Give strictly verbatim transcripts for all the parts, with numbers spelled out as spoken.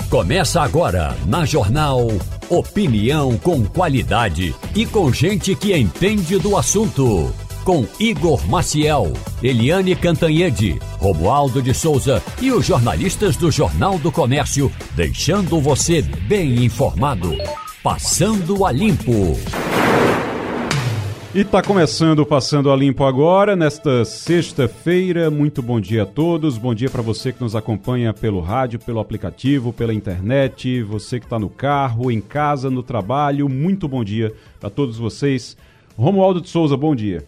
Começa agora na Jornal Opinião com qualidade e com gente que entende do assunto. Com Igor Maciel, Eliane Cantanhede, Romualdo de Souza e os jornalistas do Jornal do Comércio, deixando você bem informado. Passando a Limpo. E está começando o Passando a Limpo agora, nesta sexta-feira. Muito bom dia a todos, bom dia para você que nos acompanha pelo rádio, pelo aplicativo, pela internet, você que está no carro, em casa, no trabalho. Muito bom dia para todos vocês. Romualdo de Souza, bom dia.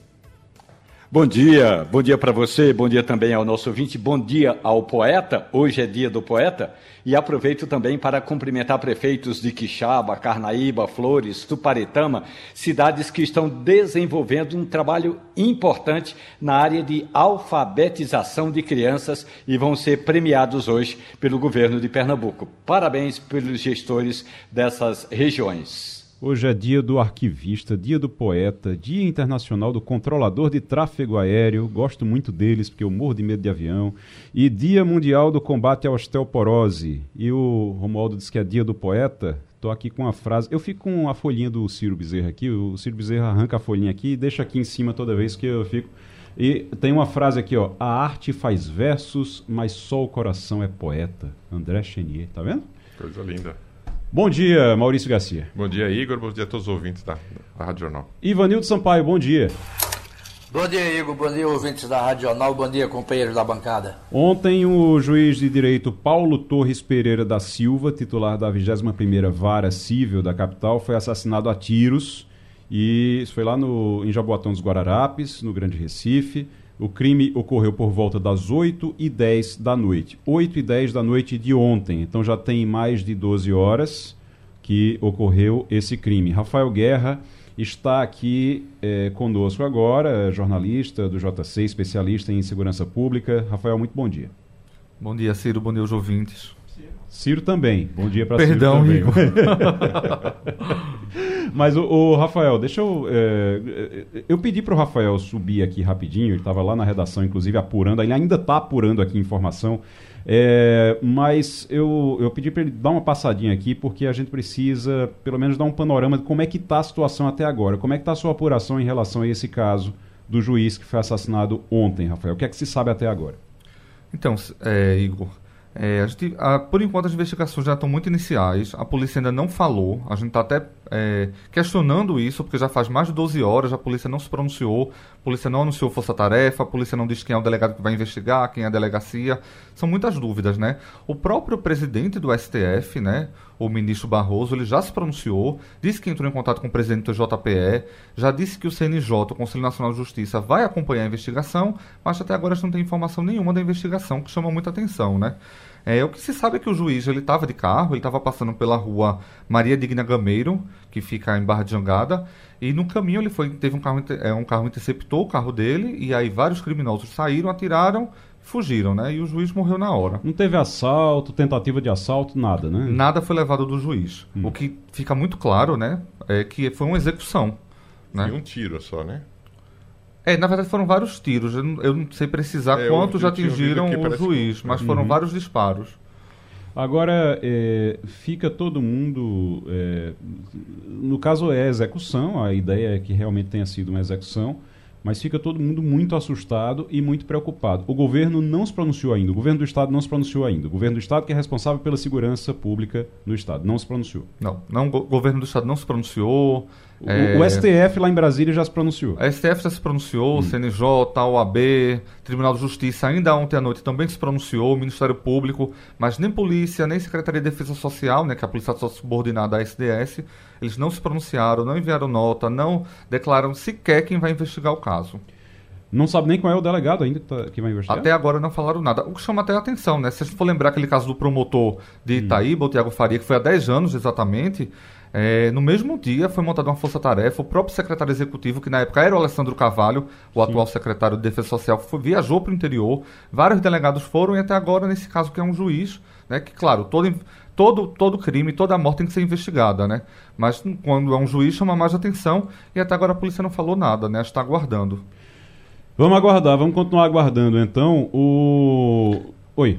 Bom dia, bom dia para você, bom dia também ao nosso ouvinte, bom dia ao poeta, hoje é dia do poeta, e aproveito também para cumprimentar prefeitos de Quixaba, Carnaíba, Flores, Tuparetama, cidades que estão desenvolvendo um trabalho importante na área de alfabetização de crianças e vão ser premiados hoje pelo governo de Pernambuco. Parabéns pelos gestores dessas regiões. Hoje é dia do arquivista, dia do poeta, dia internacional do controlador de tráfego aéreo, gosto muito deles porque eu morro de medo de avião, e dia mundial do combate à osteoporose. E o Romualdo disse que é dia do poeta, estou aqui com uma frase, eu fico com a folhinha do Ciro Bezerra aqui, o Ciro Bezerra arranca a folhinha aqui e deixa aqui em cima toda vez que eu fico... E tem uma frase aqui, ó, a arte faz versos, mas só o coração é poeta. André Chenier, tá vendo? Coisa linda. Bom dia, Maurício Garcia. Bom dia, Igor. Bom dia a todos os ouvintes da, da Rádio Jornal. Ivanildo Sampaio, bom dia. Bom dia, Igor. Bom dia, ouvintes da Rádio Jornal. Bom dia, companheiros da bancada. Ontem, o juiz de direito Paulo Torres Pereira da Silva, titular da vigésima primeira Vara Civil da capital, foi assassinado a tiros. E isso foi lá no, em Jaboatão dos Guararapes, no Grande Recife. O crime ocorreu por volta das oito e dez da noite. oito e dez da noite de ontem. Então já tem mais de doze horas que ocorreu esse crime. Rafael Guerra está aqui é, conosco agora, jornalista do J C, especialista em segurança pública. Rafael, muito bom dia. Bom dia, Ciro. Bom dia aos ouvintes. Ciro também. Bom dia para Ciro também. Perdão, Igor. Mas, o, o Rafael, deixa eu... É, eu pedi para o Rafael subir aqui rapidinho, ele estava lá na redação, inclusive, apurando, ele ainda está apurando aqui informação, é, mas eu, eu pedi para ele dar uma passadinha aqui, porque a gente precisa, pelo menos, dar um panorama de como é que está a situação até agora. Como é que está a sua apuração em relação a esse caso do juiz que foi assassinado ontem, Rafael? O que é que se sabe até agora? Então, é, Igor... É, a gente, a, por enquanto as investigações já estão muito iniciais, a polícia ainda não falou, a gente está até é, questionando isso, porque já faz mais de doze horas, a polícia não se pronunciou, a polícia não anunciou força-tarefa, a polícia não diz quem é o delegado que vai investigar, quem é a delegacia, são muitas dúvidas, né? O próprio presidente do S T F, né, o ministro Barroso, ele já se pronunciou, disse que entrou em contato com o presidente do J P E, já disse que o C N J, o Conselho Nacional de Justiça, vai acompanhar a investigação, mas até agora a gente não tem informação nenhuma da investigação, que chama muita atenção, né? É, o que se sabe é que o juiz ele estava de carro, ele estava passando pela rua Maria Digna Gameiro, que fica em Barra de Jangada, e no caminho ele foi, teve um carro, é, um carro interceptou o carro dele, e aí vários criminosos saíram, atiraram, fugiram, né? E o juiz morreu na hora. Não teve assalto, tentativa de assalto, nada, né? Nada foi levado do juiz. Hum. O que fica muito claro, né, é que foi uma execução. Né? E um tiro só, né? É, na verdade foram vários tiros, eu não, eu não sei precisar é, quantos já atingiram o juiz, que... mas foram uhum. vários disparos. Agora, é, fica todo mundo... É, no caso é execução, a ideia é que realmente tenha sido uma execução, mas fica todo mundo muito assustado e muito preocupado. O governo não se pronunciou ainda, o governo do Estado não se pronunciou ainda. O governo do Estado que é responsável pela segurança pública no Estado, não se pronunciou. Não, não o governo do Estado não se pronunciou. O, é... o S T F lá em Brasília já se pronunciou. A S T F já se pronunciou, hum. o C N J, a O A B, Tribunal de Justiça ainda ontem à noite também se pronunciou, o Ministério Público, mas nem Polícia, nem Secretaria de Defesa Social, né, que é a polícia subordinada à S D S, eles não se pronunciaram, não enviaram nota, não declararam sequer quem vai investigar o caso. Não sabe nem qual é o delegado ainda que, tá, que vai investigar? Até agora não falaram nada. O que chama até a atenção, né? Se a gente for lembrar aquele caso do promotor de Itaíba, hum. o Tiago Faria, que foi há dez anos exatamente, é, no mesmo dia foi montada uma força-tarefa, o próprio secretário executivo, que na época era o Alessandro Carvalho, o Sim. atual secretário de Defesa Social, foi, viajou para o interior, vários delegados foram, e até agora, nesse caso, que é um juiz, né? Que, claro, todo... Todo, todo crime, toda morte tem que ser investigada, né? Mas quando é um juiz, chama mais atenção, e até agora a polícia não falou nada, né? Está aguardando. Vamos aguardar, vamos continuar aguardando, então. O... Oi.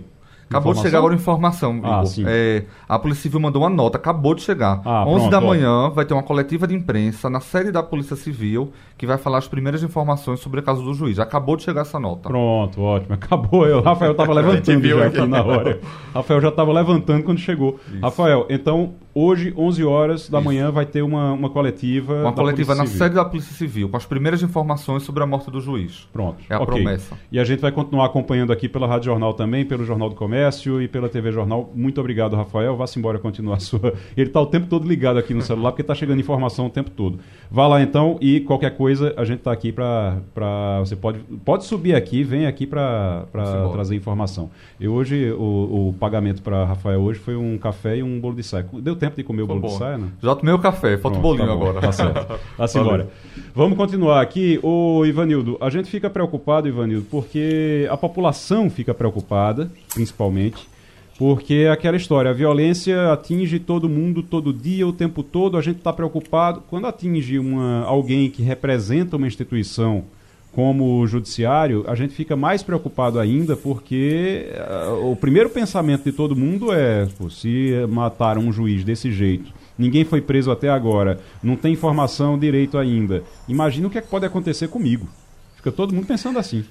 Acabou de chegar agora informação, Igor. Ah, sim. É, a Polícia Civil mandou uma nota, acabou de chegar. Ah, onze pronto, da ó. manhã vai ter uma coletiva de imprensa na sede da Polícia Civil que vai falar as primeiras informações sobre o caso do juiz. Acabou de chegar essa nota. Pronto, ótimo. Acabou. O Rafael estava levantando já aqui na hora. Rafael já estava levantando quando chegou. Isso. Rafael, então, hoje, onze horas da Isso. manhã, vai ter uma, uma coletiva Uma coletiva na Civil. sede da Polícia Civil, com as primeiras informações sobre a morte do juiz. Pronto. É a okay. promessa. E a gente vai continuar acompanhando aqui pela Rádio Jornal também, pelo Jornal do Comércio e pela T V Jornal. Muito obrigado, Rafael. Vá-se embora continuar a sua... Ele está o tempo todo ligado aqui no celular, porque está chegando informação o tempo todo. Vá lá, então, e qualquer coisa, a gente está aqui para... Você pode, pode subir aqui, vem aqui para trazer informação. E hoje, o, o pagamento para Rafael hoje foi um café e um bolo de saia. Deu tempo de comer o foi bolo bom. de saia, né? Já tomei o café, falta o bolinho tá agora. Tá certo. Vá-se embora. Vamos continuar aqui. Ô, Ivanildo, a gente fica preocupado, Ivanildo, porque a população fica preocupada, principalmente, porque é aquela história, a violência atinge todo mundo, todo dia, o tempo todo, a gente está preocupado. Quando atinge uma, alguém que representa uma instituição como o judiciário, a gente fica mais preocupado ainda, porque uh, o primeiro pensamento de todo mundo é, pô, se mataram um juiz desse jeito, ninguém foi preso até agora, não tem informação direito ainda, imagina o que é que pode acontecer comigo. Fica todo mundo pensando assim.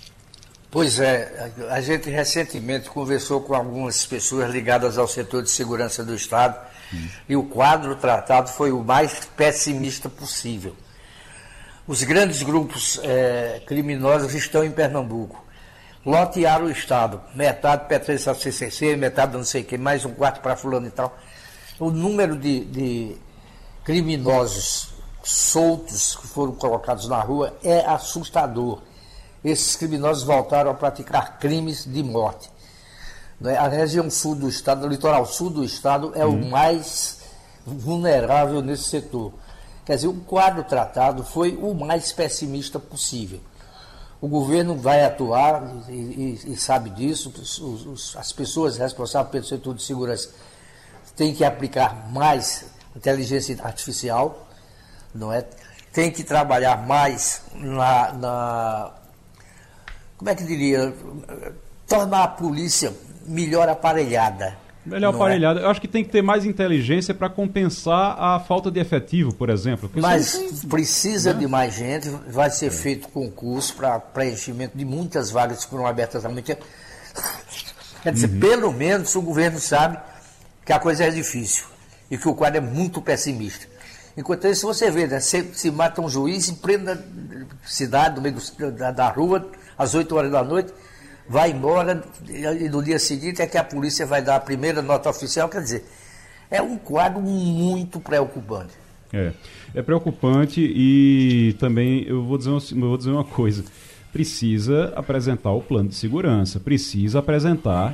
Pois é, a gente recentemente conversou com algumas pessoas ligadas ao setor de segurança do Estado hum. e o quadro tratado foi o mais pessimista possível. Os grandes grupos é, criminosos estão em Pernambuco, lotearam o Estado, metade pertence ao C C C, metade não sei o que, mais um quarto para fulano e tal. O número de, de criminosos soltos que foram colocados na rua é assustador. Esses criminosos voltaram a praticar crimes de morte. A região sul do estado, o litoral sul do estado, é uhum. o mais vulnerável nesse setor. Quer dizer, o quadro tratado foi o mais pessimista possível. O governo vai atuar e, e, e sabe disso, os, os, as pessoas responsáveis pelo setor de segurança têm que aplicar mais inteligência artificial, não é? Tem que trabalhar mais na... na como é que diria, tornar a polícia melhor aparelhada. Melhor aparelhada. É? Eu acho que tem que ter mais inteligência para compensar a falta de efetivo, por exemplo. Mas tem... precisa né? de mais gente, vai ser é. feito concurso para preenchimento de muitas vagas que foram abertas há muito tempo. Quer dizer, uhum. pelo menos o governo sabe que a coisa é difícil e que o quadro é muito pessimista. Enquanto isso, você vê, né? se, se mata um juiz em plena cidade, no meio do, da, da rua, às oito horas da noite, vai embora e no dia seguinte é que a polícia vai dar a primeira nota oficial. Quer dizer, é um quadro muito preocupante. É, é preocupante e também eu vou dizer uma, eu vou dizer uma coisa, precisa apresentar o plano de segurança, precisa apresentar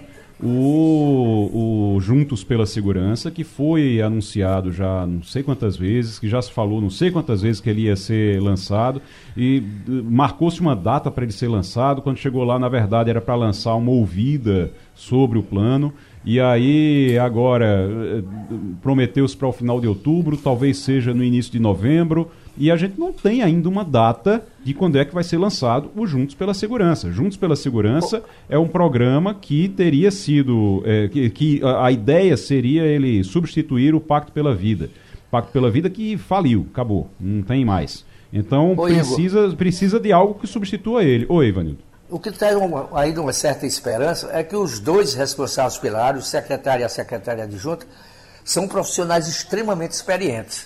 o, o Juntos pela Segurança, que foi anunciado já não sei quantas vezes, que já se falou não sei quantas vezes que ele ia ser lançado, e marcou-se uma data para ele ser lançado. Quando chegou lá, na verdade, era para lançar uma ouvida sobre o plano, e aí agora prometeu-se para o final de outubro, talvez seja no início de novembro, e a gente não tem ainda uma data de quando é que vai ser lançado o Juntos pela Segurança. Juntos pela Segurança é um programa que teria sido, é, que, que a, a ideia seria ele substituir o Pacto pela Vida. Pacto pela Vida que faliu, acabou, não tem mais. Então Oi, precisa, precisa de algo que substitua ele. Oi, Ivanildo. O que tem uma, ainda uma certa esperança é que os dois responsáveis pela área, o secretário e a secretária adjunta, são profissionais extremamente experientes.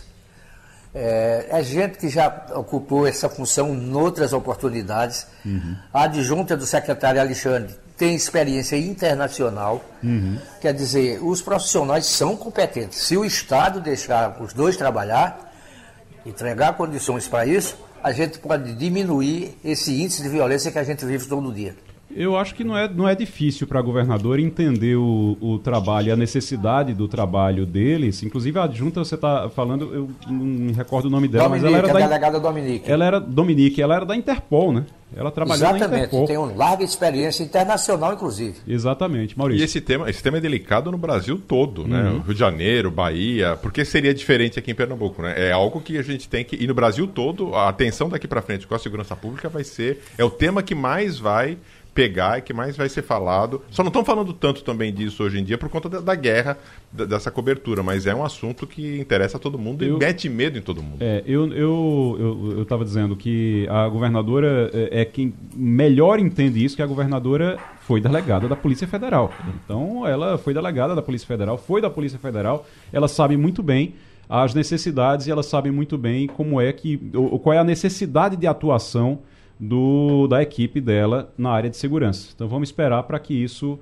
É, é gente que já ocupou essa função em outras oportunidades. Uhum. A adjunta do secretário Alexandre tem experiência internacional. Uhum. Quer dizer, os profissionais são competentes. Se o Estado deixar os dois trabalhar, entregar condições para isso, a gente pode diminuir esse índice de violência que a gente vive todo dia. Eu acho que não é, não é difícil para a governadora entender o, o trabalho, a necessidade do trabalho deles. Inclusive a adjunta, você está falando, eu não me recordo o nome dela, Dominique, mas ela era a da delegada Dominique. Ela era Dominique, ela era da Interpol, né? Ela trabalhou na Interpol. Exatamente, tem uma larga experiência internacional, inclusive. Exatamente, Maurício. E esse tema, esse tema é delicado no Brasil todo, né? Uhum. Rio de Janeiro, Bahia, porque seria diferente aqui em Pernambuco, né? É algo que a gente tem que... E no Brasil todo, a atenção daqui para frente com a segurança pública vai ser... É o tema que mais vai pegar e que mais vai ser falado. Só não estão falando tanto também disso hoje em dia por conta da, da guerra, da, dessa cobertura, mas é um assunto que interessa a todo mundo eu, e mete medo em todo mundo. É, eu eu estava dizendo que a governadora é, é quem melhor entende isso, que a governadora foi delegada da Polícia Federal. Então, ela foi delegada da Polícia Federal, foi da Polícia Federal, ela sabe muito bem as necessidades e ela sabe muito bem como é que, ou, qual é a necessidade de atuação do, da equipe dela na área de segurança. Então vamos esperar para que isso,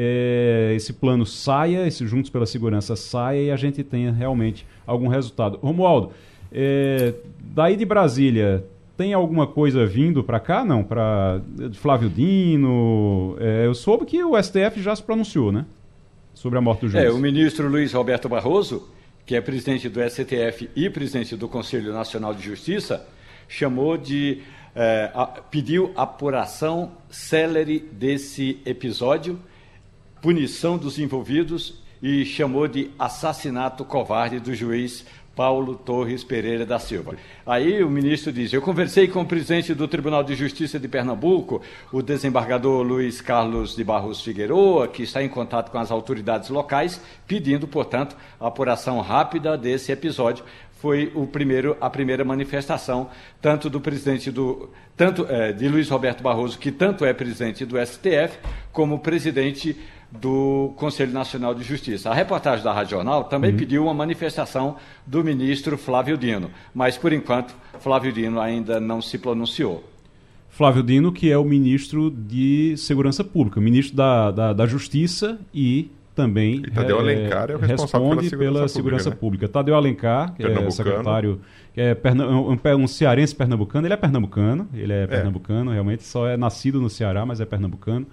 é, esse plano saia, esse Juntos pela Segurança saia e a gente tenha realmente algum resultado. Romualdo, é, daí de Brasília, tem alguma coisa vindo para cá? Não? Para Flávio Dino? É, eu soube que o S T F já se pronunciou, né? Sobre a morte do juiz. É, o ministro Luiz Roberto Barroso, que é presidente do S T F e presidente do Conselho Nacional de Justiça, chamou de, é, a, pediu apuração célere desse episódio, punição dos envolvidos e chamou de assassinato covarde do juiz Paulo Torres Pereira da Silva. Aí o ministro diz: eu conversei com o presidente do Tribunal de Justiça de Pernambuco, o desembargador Luiz Carlos de Barros Figueroa, que está em contato com as autoridades locais, pedindo, portanto, a apuração rápida desse episódio. Foi o primeiro, a primeira manifestação, tanto do presidente do, tanto é, de Luiz Roberto Barroso, que tanto é presidente do S T F, como presidente do Conselho Nacional de Justiça. A reportagem da Rádio Jornal também uhum. pediu uma manifestação do ministro Flávio Dino, mas, por enquanto, Flávio Dino ainda não se pronunciou. Flávio Dino, que é o ministro de Segurança Pública, ministro da, da, da Justiça e também e Tadeu Alencar é o responsável responde pela Segurança, pela Pública, segurança né? Pública. Tadeu Alencar, que é secretário, que é perna, um, um cearense pernambucano, ele é pernambucano, ele é, é pernambucano, realmente só é nascido no Ceará, mas é pernambucano.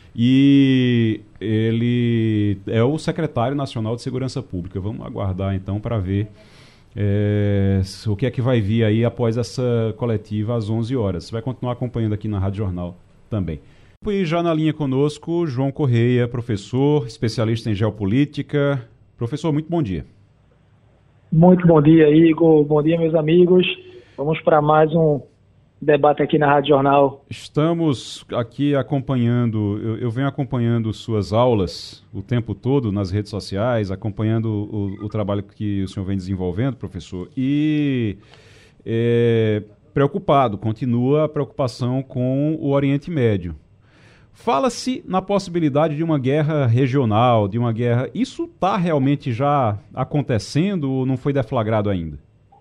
E ele é o secretário nacional de Segurança Pública. Vamos aguardar então para ver é, o que é que vai vir aí após essa coletiva às onze horas. Você vai continuar acompanhando aqui na Rádio Jornal também. E já na linha conosco, João Correia, professor, especialista em geopolítica. Professor, muito bom dia. Muito bom dia, Igor. Bom dia, meus amigos. Vamos para mais um debate aqui na Rádio Jornal. Estamos aqui acompanhando, eu, eu venho acompanhando suas aulas o tempo todo nas redes sociais, acompanhando o, o trabalho que o senhor vem desenvolvendo, professor, e é, preocupado, continua a preocupação com o Oriente Médio. Fala-se na possibilidade de uma guerra regional, de uma guerra... Isso está realmente já acontecendo ou não foi deflagrado ainda?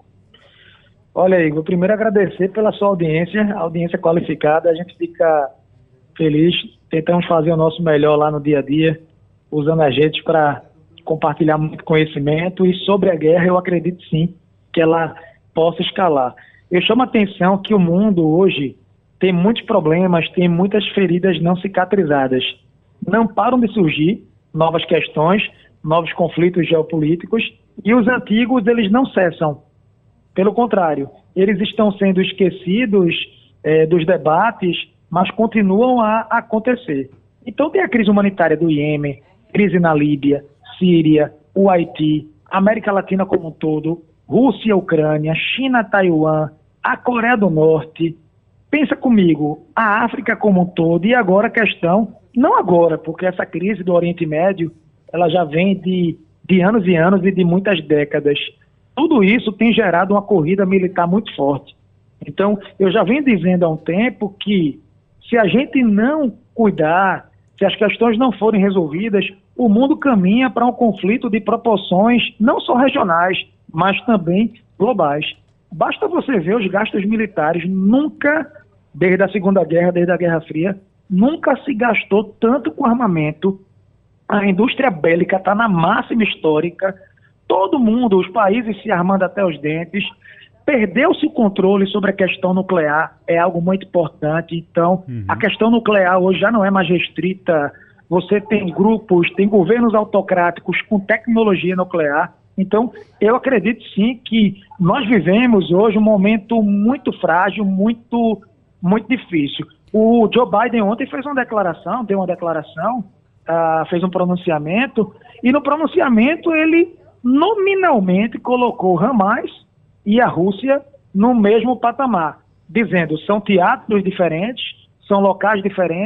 Olha, Igor, primeiro agradecer pela sua audiência, audiência qualificada. A gente fica feliz, tentamos fazer o nosso melhor lá no dia a dia, usando as redes para compartilhar muito conhecimento, e sobre a guerra eu acredito sim que ela possa escalar. Eu chamo a atenção que o mundo hoje tem muitos problemas, tem muitas feridas não cicatrizadas. Não param de surgir novas questões, novos conflitos geopolíticos, e os antigos eles não cessam. Pelo contrário, eles estão sendo esquecidos é, dos debates, mas continuam a acontecer. Então tem a crise humanitária do Iêmen, crise na Líbia, Síria, o Haiti, América Latina como um todo, Rússia, Ucrânia, China, Taiwan, a Coreia do Norte. Pensa comigo, a África como um todo, e agora a questão, não agora, porque essa crise do Oriente Médio, ela já vem de, de anos e anos e de muitas décadas. Tudo isso tem gerado uma corrida militar muito forte. Então, eu já venho dizendo há um tempo que se a gente não cuidar, se as questões não forem resolvidas, o mundo caminha para um conflito de proporções não só regionais, mas também globais. Basta você ver os gastos militares. Nunca, desde a Segunda Guerra, desde a Guerra Fria, nunca se gastou tanto com armamento. A indústria bélica está na máxima histórica. Todo mundo, os países se armando até os dentes. Perdeu-se o controle sobre a questão nuclear, é algo muito importante. Então, uhum. a questão nuclear hoje já não é mais restrita. Você tem grupos, tem governos autocráticos com tecnologia nuclear. Então, eu acredito sim que nós vivemos hoje um momento muito frágil, muito, muito difícil. O Joe Biden ontem fez uma declaração, deu uma declaração, uh, fez um pronunciamento, e no pronunciamento ele nominalmente colocou Hamas e a Rússia no mesmo patamar, dizendo são teatros diferentes, são locais diferentes,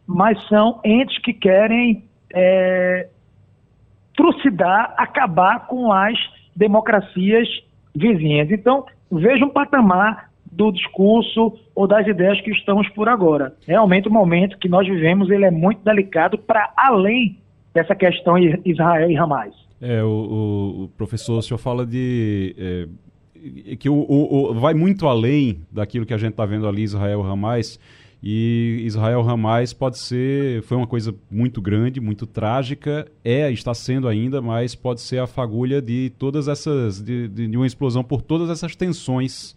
mas são entes que querem é, trucidar, acabar com as democracias vizinhas. Então, veja um patamar do discurso ou das ideias que estamos por agora. Realmente o momento que nós vivemos ele é muito delicado para além dessa questão Israel e Hamas. É, o, o, o professor, o senhor fala de... É, que o, o, o, vai muito além daquilo que a gente está vendo ali, Israel e Hamas, e Israel e Hamas pode ser... Foi uma coisa muito grande, muito trágica, é, está sendo ainda, mas pode ser a fagulha de todas essas... de, de, de uma explosão por todas essas tensões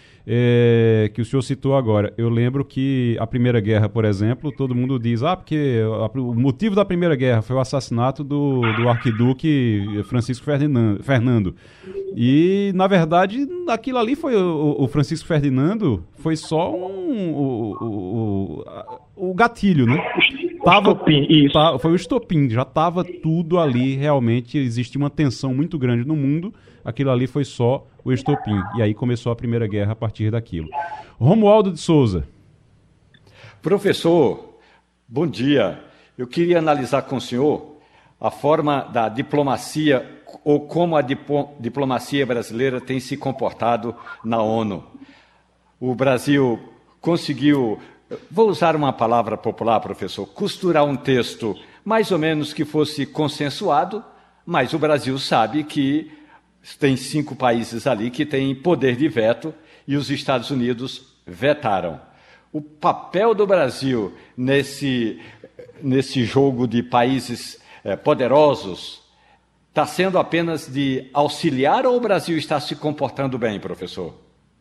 É, que o senhor citou agora. Eu lembro que a Primeira Guerra, por exemplo, todo mundo diz, ah, porque a, o motivo da Primeira Guerra foi o assassinato do, do arquiduque Francisco Ferdinando, Fernando. E, na verdade, aquilo ali foi o, o Francisco Ferdinando foi só um, o, o, o, o gatilho, né? Tava, estopim, isso. Tá, foi o estopim, já estava tudo ali, realmente existia uma tensão muito grande no mundo, aquilo ali foi só o estopim, e aí começou a Primeira Guerra a partir daquilo. Romualdo de Souza. Professor, bom dia. Eu queria analisar com o senhor a forma da diplomacia, ou como a dipo, diplomacia brasileira tem se comportado na ONU. O Brasil conseguiu... Vou usar uma palavra popular, professor, costurar um texto mais ou menos que fosse consensuado, mas o Brasil sabe que tem cinco países ali que têm poder de veto e os Estados Unidos vetaram. O papel do Brasil nesse, nesse jogo de países eh, poderosos está sendo apenas de auxiliar ou o Brasil está se comportando bem, professor?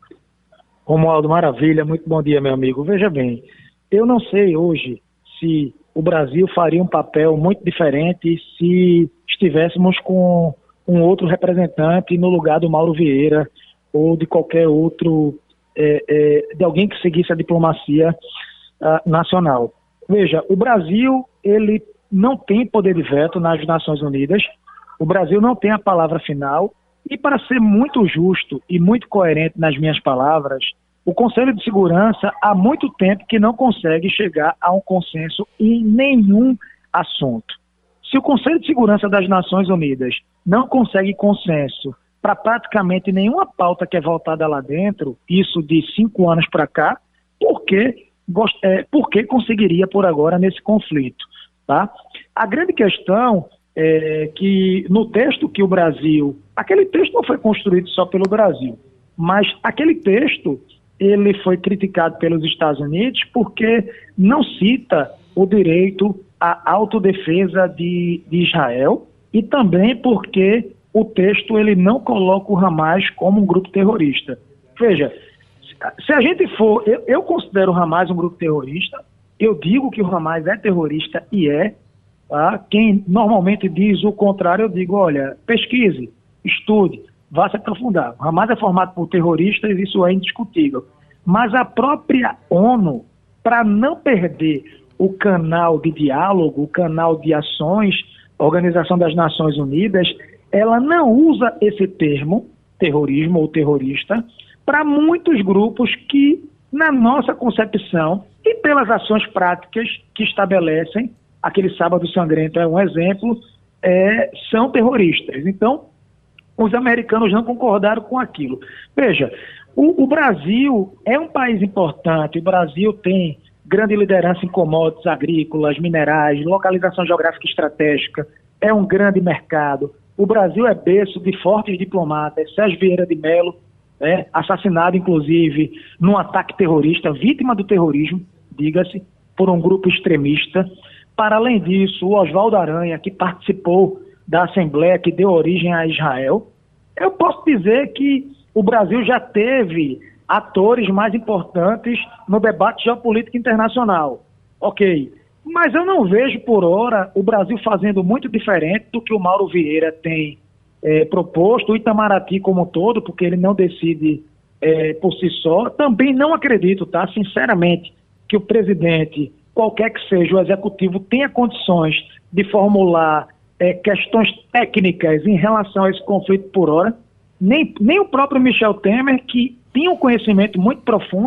Romualdo, maravilha, muito bom dia, meu amigo. Veja bem, eu não sei hoje se o Brasil faria um papel muito diferente se estivéssemos com um outro representante no lugar do Mauro Vieira ou de qualquer outro, é, é, de alguém que seguisse a diplomacia uh, nacional. Veja, o Brasil, ele não tem poder de veto nas Nações Unidas, o Brasil não tem a palavra final. E para ser muito justo e muito coerente nas minhas palavras, o Conselho de Segurança há muito tempo que não consegue chegar a um consenso em nenhum assunto. Se o Conselho de Segurança das Nações Unidas não consegue consenso para praticamente nenhuma pauta que é voltada lá dentro, isso de cinco anos para cá, por que, é, por que conseguiria por agora nesse conflito? Tá? A grande questão é que no texto que o Brasil... Aquele texto não foi construído só pelo Brasil, mas aquele texto ele foi criticado pelos Estados Unidos porque não cita o direito à autodefesa de, de Israel e também porque o texto ele não coloca o Hamas como um grupo terrorista. Veja, se a gente for... Eu, eu considero o Hamas um grupo terrorista, eu digo que o Hamas é terrorista e é. Tá? Quem normalmente diz o contrário, eu digo, olha, pesquise, estude, vá se aprofundar. O Hamas é formado por terroristas, isso é indiscutível. Mas a própria ONU, para não perder o canal de diálogo, o canal de ações, a Organização das Nações Unidas, ela não usa esse termo, terrorismo ou terrorista, para muitos grupos que, na nossa concepção, e pelas ações práticas que estabelecem, aquele Sábado Sangrento é um exemplo, é, são terroristas. Então, os americanos não concordaram com aquilo. Veja, o, o Brasil é um país importante, o Brasil tem grande liderança em commodities agrícolas, minerais, localização geográfica estratégica, é um grande mercado. O Brasil é berço de fortes diplomatas, Sérgio Vieira de Mello, é, assassinado inclusive num ataque terrorista, vítima do terrorismo, diga-se, por um grupo extremista. Para além disso, o Oswaldo Aranha, que participou da Assembleia que deu origem a Israel. Eu posso dizer que o Brasil já teve atores mais importantes no debate geopolítico internacional. Ok, mas eu não vejo por hora o Brasil fazendo muito diferente do que o Mauro Vieira tem é, proposto, o Itamaraty como um todo, porque ele não decide é, por si só. Também não acredito, tá, sinceramente, que o presidente, qualquer que seja o executivo, tenha condições de formular é, questões técnicas em relação a esse conflito por hora. Nem, nem o próprio Michel Temer, que tinha um conhecimento muito profundo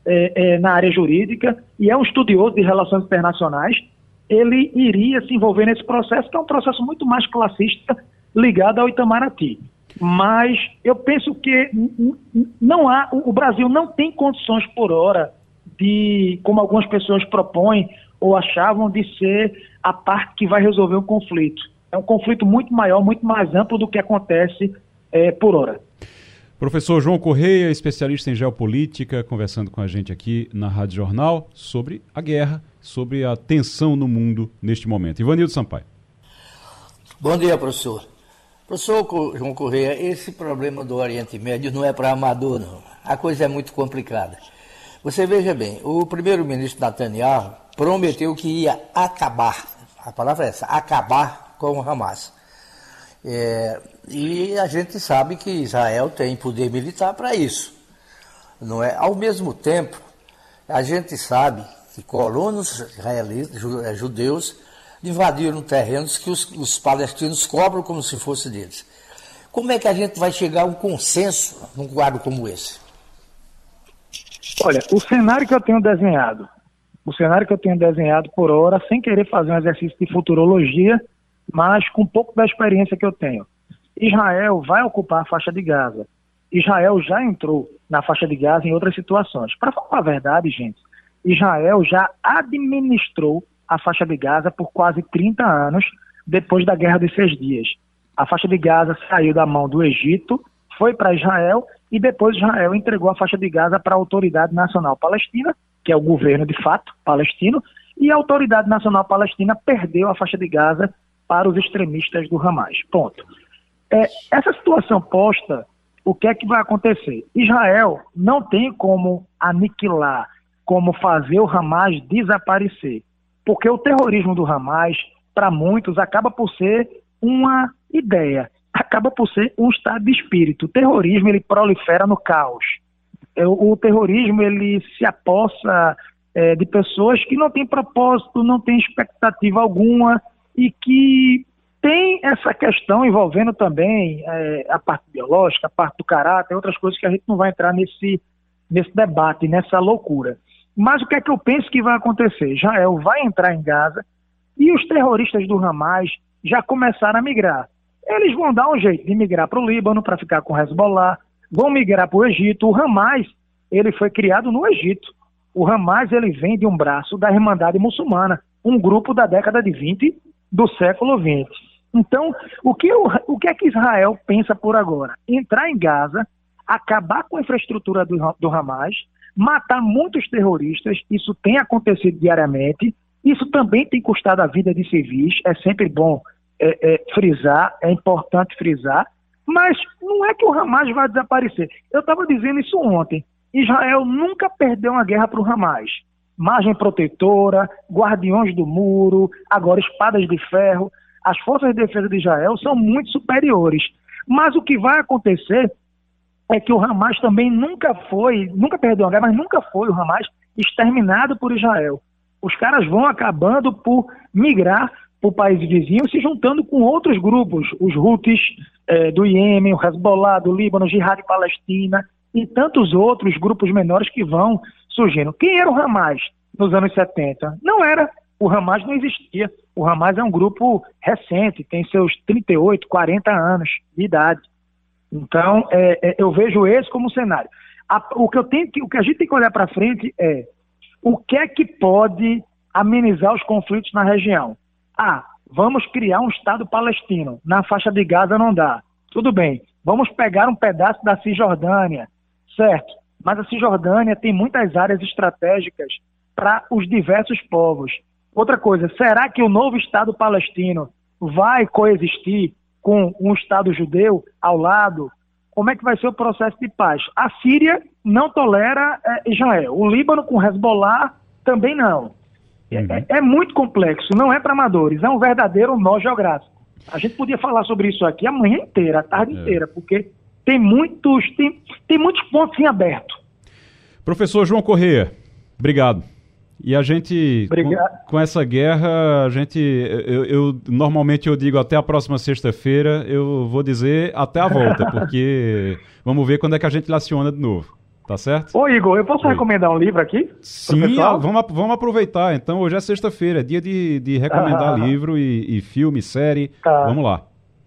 é, é, na área jurídica e é um estudioso de relações internacionais, ele iria se envolver nesse processo, que é um processo muito mais classista ligado ao Itamaraty. Mas eu penso que não há, o Brasil não tem condições por hora de, como algumas pessoas propõem ou achavam, de ser a parte que vai resolver o conflito. É um conflito muito maior, muito mais amplo do que acontece é, por hora. Professor João Correia, especialista em geopolítica, conversando com a gente aqui na Rádio Jornal sobre a guerra, sobre a tensão no mundo neste momento. Ivanildo Sampaio. Bom dia, professor. Professor João Correia, esse problema do Oriente Médio não é para amador, não. A coisa é muito complicada. Você veja bem, o primeiro-ministro Netanyahu prometeu que ia acabar, a palavra é essa, acabar com o Hamas. É, e a gente sabe que Israel tem poder militar para isso. Não é? Ao mesmo tempo, a gente sabe que colonos israelitas, judeus, invadiram terrenos que os, os palestinos cobram como se fosse deles. Como é que a gente vai chegar a um consenso num quadro como esse? Olha, o cenário que eu tenho desenhado, o cenário que eu tenho desenhado por hora, sem querer fazer um exercício de futurologia, mas com um pouco da experiência que eu tenho. Israel vai ocupar a faixa de Gaza. Israel já entrou na faixa de Gaza em outras situações. Para falar a verdade, gente, Israel já administrou a faixa de Gaza por quase trinta anos, depois da Guerra dos Seis Dias. A faixa de Gaza saiu da mão do Egito, foi para Israel, e depois Israel entregou a faixa de Gaza para a Autoridade Nacional Palestina, que é o governo de fato palestino, e a Autoridade Nacional Palestina perdeu a faixa de Gaza para os extremistas do Hamas. Ponto. É, essa situação posta, o que é que vai acontecer? Israel não tem como aniquilar, como fazer o Hamas desaparecer. Porque o terrorismo do Hamas, para muitos, acaba por ser uma ideia, acaba por ser um estado de espírito. O terrorismo, ele prolifera no caos. O, o terrorismo, ele se apossa é, de pessoas que não têm propósito, não têm expectativa alguma e que tem essa questão envolvendo também é, a parte biológica, a parte do caráter, outras coisas que a gente não vai entrar nesse, nesse debate, nessa loucura. Mas o que é que eu penso que vai acontecer? Israel vai entrar em Gaza e os terroristas do Hamas já começaram a migrar. Eles vão dar um jeito de migrar para o Líbano, para ficar com o Hezbollah, vão migrar para o Egito. O Hamas, ele foi criado no Egito. O Hamas, ele vem de um braço da Irmandade Muçulmana, um grupo da década de vinte do século vinte. Então, o que, o, o que é que Israel pensa por agora? Entrar em Gaza, acabar com a infraestrutura do, do Hamas, matar muitos terroristas, isso tem acontecido diariamente, isso também tem custado a vida de civis, é sempre bom é, é, frisar, é importante frisar, mas não é que o Hamas vai desaparecer. Eu estava dizendo isso ontem, Israel nunca perdeu uma guerra para o Hamas. Margem protetora, guardiões do muro, agora espadas de ferro, as forças de defesa de Israel são muito superiores, mas o que vai acontecer é que o Hamas também nunca foi, nunca perdeu uma guerra, mas nunca foi o Hamas exterminado por Israel. Os caras vão acabando por migrar para o país vizinho, se juntando com outros grupos, os Houthis eh, do Iêmen, o Hezbollah do Líbano, o Jihad Palestina e tantos outros grupos menores que vão surgindo. Quem era o Hamas nos anos setenta? Não era. O Hamas não existia. O Hamas é um grupo recente, tem seus trinta e oito, quarenta anos de idade. Então, é, é, eu vejo esse como cenário. A, o, que eu tenho que, o que a gente tem que olhar para frente é o que é que pode amenizar os conflitos na região. Ah, vamos criar um Estado palestino. Na faixa de Gaza não dá. Tudo bem, vamos pegar um pedaço da Cisjordânia, certo? Mas a Cisjordânia tem muitas áreas estratégicas para os diversos povos. Outra coisa, será que o novo Estado palestino vai coexistir com um Estado judeu ao lado? Como é que vai ser o processo de paz? A Síria não tolera é, Israel. O Líbano com Hezbollah também não. Uhum. É, é muito complexo, não é para amadores, é um verdadeiro nó geográfico. A gente podia falar sobre isso aqui a manhã inteira, a tarde é. inteira, porque tem muitos, tem, tem muitos pontos em aberto. Professor João Correia, obrigado. E a gente, com, com essa guerra, a gente, eu, eu normalmente eu digo até a próxima sexta-feira, eu vou dizer até a volta, porque vamos ver quando é que a gente lhe aciona de novo. Tá Tá certo? Ô, Igor, eu posso Oi. recomendar um livro aqui? Sim, vamos, vamos aproveitar. Então, hoje é sexta-feira, é dia de, de recomendar ah, livro e, e filme, série. Tá. Vamos lá.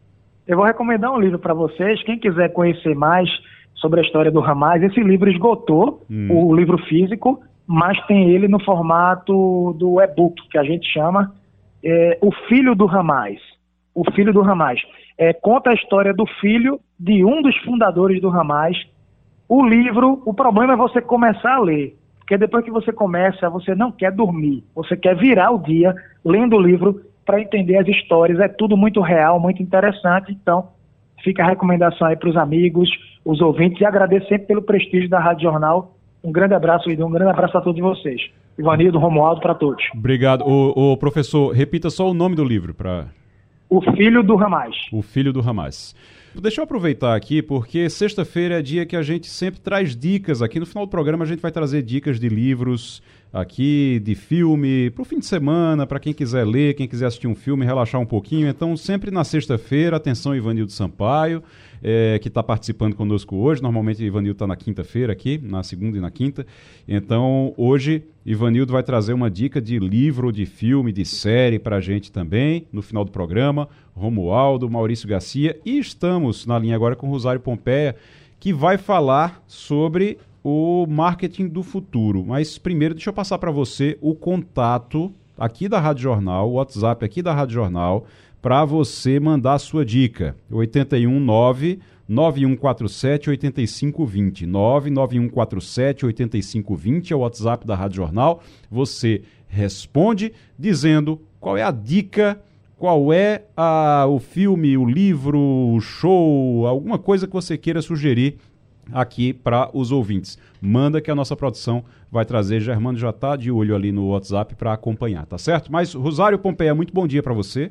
Eu vou recomendar um livro para vocês. Quem quiser conhecer mais sobre a história do Ramais, esse livro esgotou, hum. o livro físico, mas tem ele no formato do e-book, que a gente chama é, O Filho do Ramais. O Filho do Ramais. É, conta a história do filho de um dos fundadores do Ramais. O livro, o problema é você começar a ler, porque depois que você começa, você não quer dormir, você quer virar o dia lendo o livro para entender as histórias, é tudo muito real, muito interessante, então fica a recomendação aí para os amigos, os ouvintes, e agradeço sempre pelo prestígio da Rádio Jornal. Um grande abraço, Idão, um grande abraço a todos vocês. Ivanildo, Romualdo, para todos. Obrigado. O, o professor, repita só o nome do livro para... O Filho do Ramais. O Filho do Ramais. Deixa eu aproveitar aqui, porque sexta-feira é dia que a gente sempre traz dicas. Aqui no final do programa a gente vai trazer dicas de livros aqui, de filme, para o fim de semana, para quem quiser ler, quem quiser assistir um filme, relaxar um pouquinho. Então, sempre na sexta-feira, atenção Ivanildo Sampaio, é, que está participando conosco hoje. Normalmente Ivanildo está na quinta-feira aqui, na segunda e na quinta. Então, hoje, Ivanildo vai trazer uma dica de livro, de filme, de série para a gente também, no final do programa. Romualdo, Maurício Garcia, e estamos na linha agora com Rosário Pompeia, que vai falar sobre o marketing do futuro. Mas primeiro deixa eu passar para você o contato aqui da Rádio Jornal, o WhatsApp aqui da Rádio Jornal, para você mandar a sua dica. oito um nove, nove um quatro sete, oito cinco dois zero. nove nove um quatro sete, oito cinco dois zero é o WhatsApp da Rádio Jornal. Você responde dizendo qual é a dica, qual é a, o filme, o livro, o show, alguma coisa que você queira sugerir aqui para os ouvintes. Manda que a nossa produção vai trazer. Germano já está de olho ali no WhatsApp para acompanhar, tá certo? Mas, Rosário Pompeia, muito bom dia para você.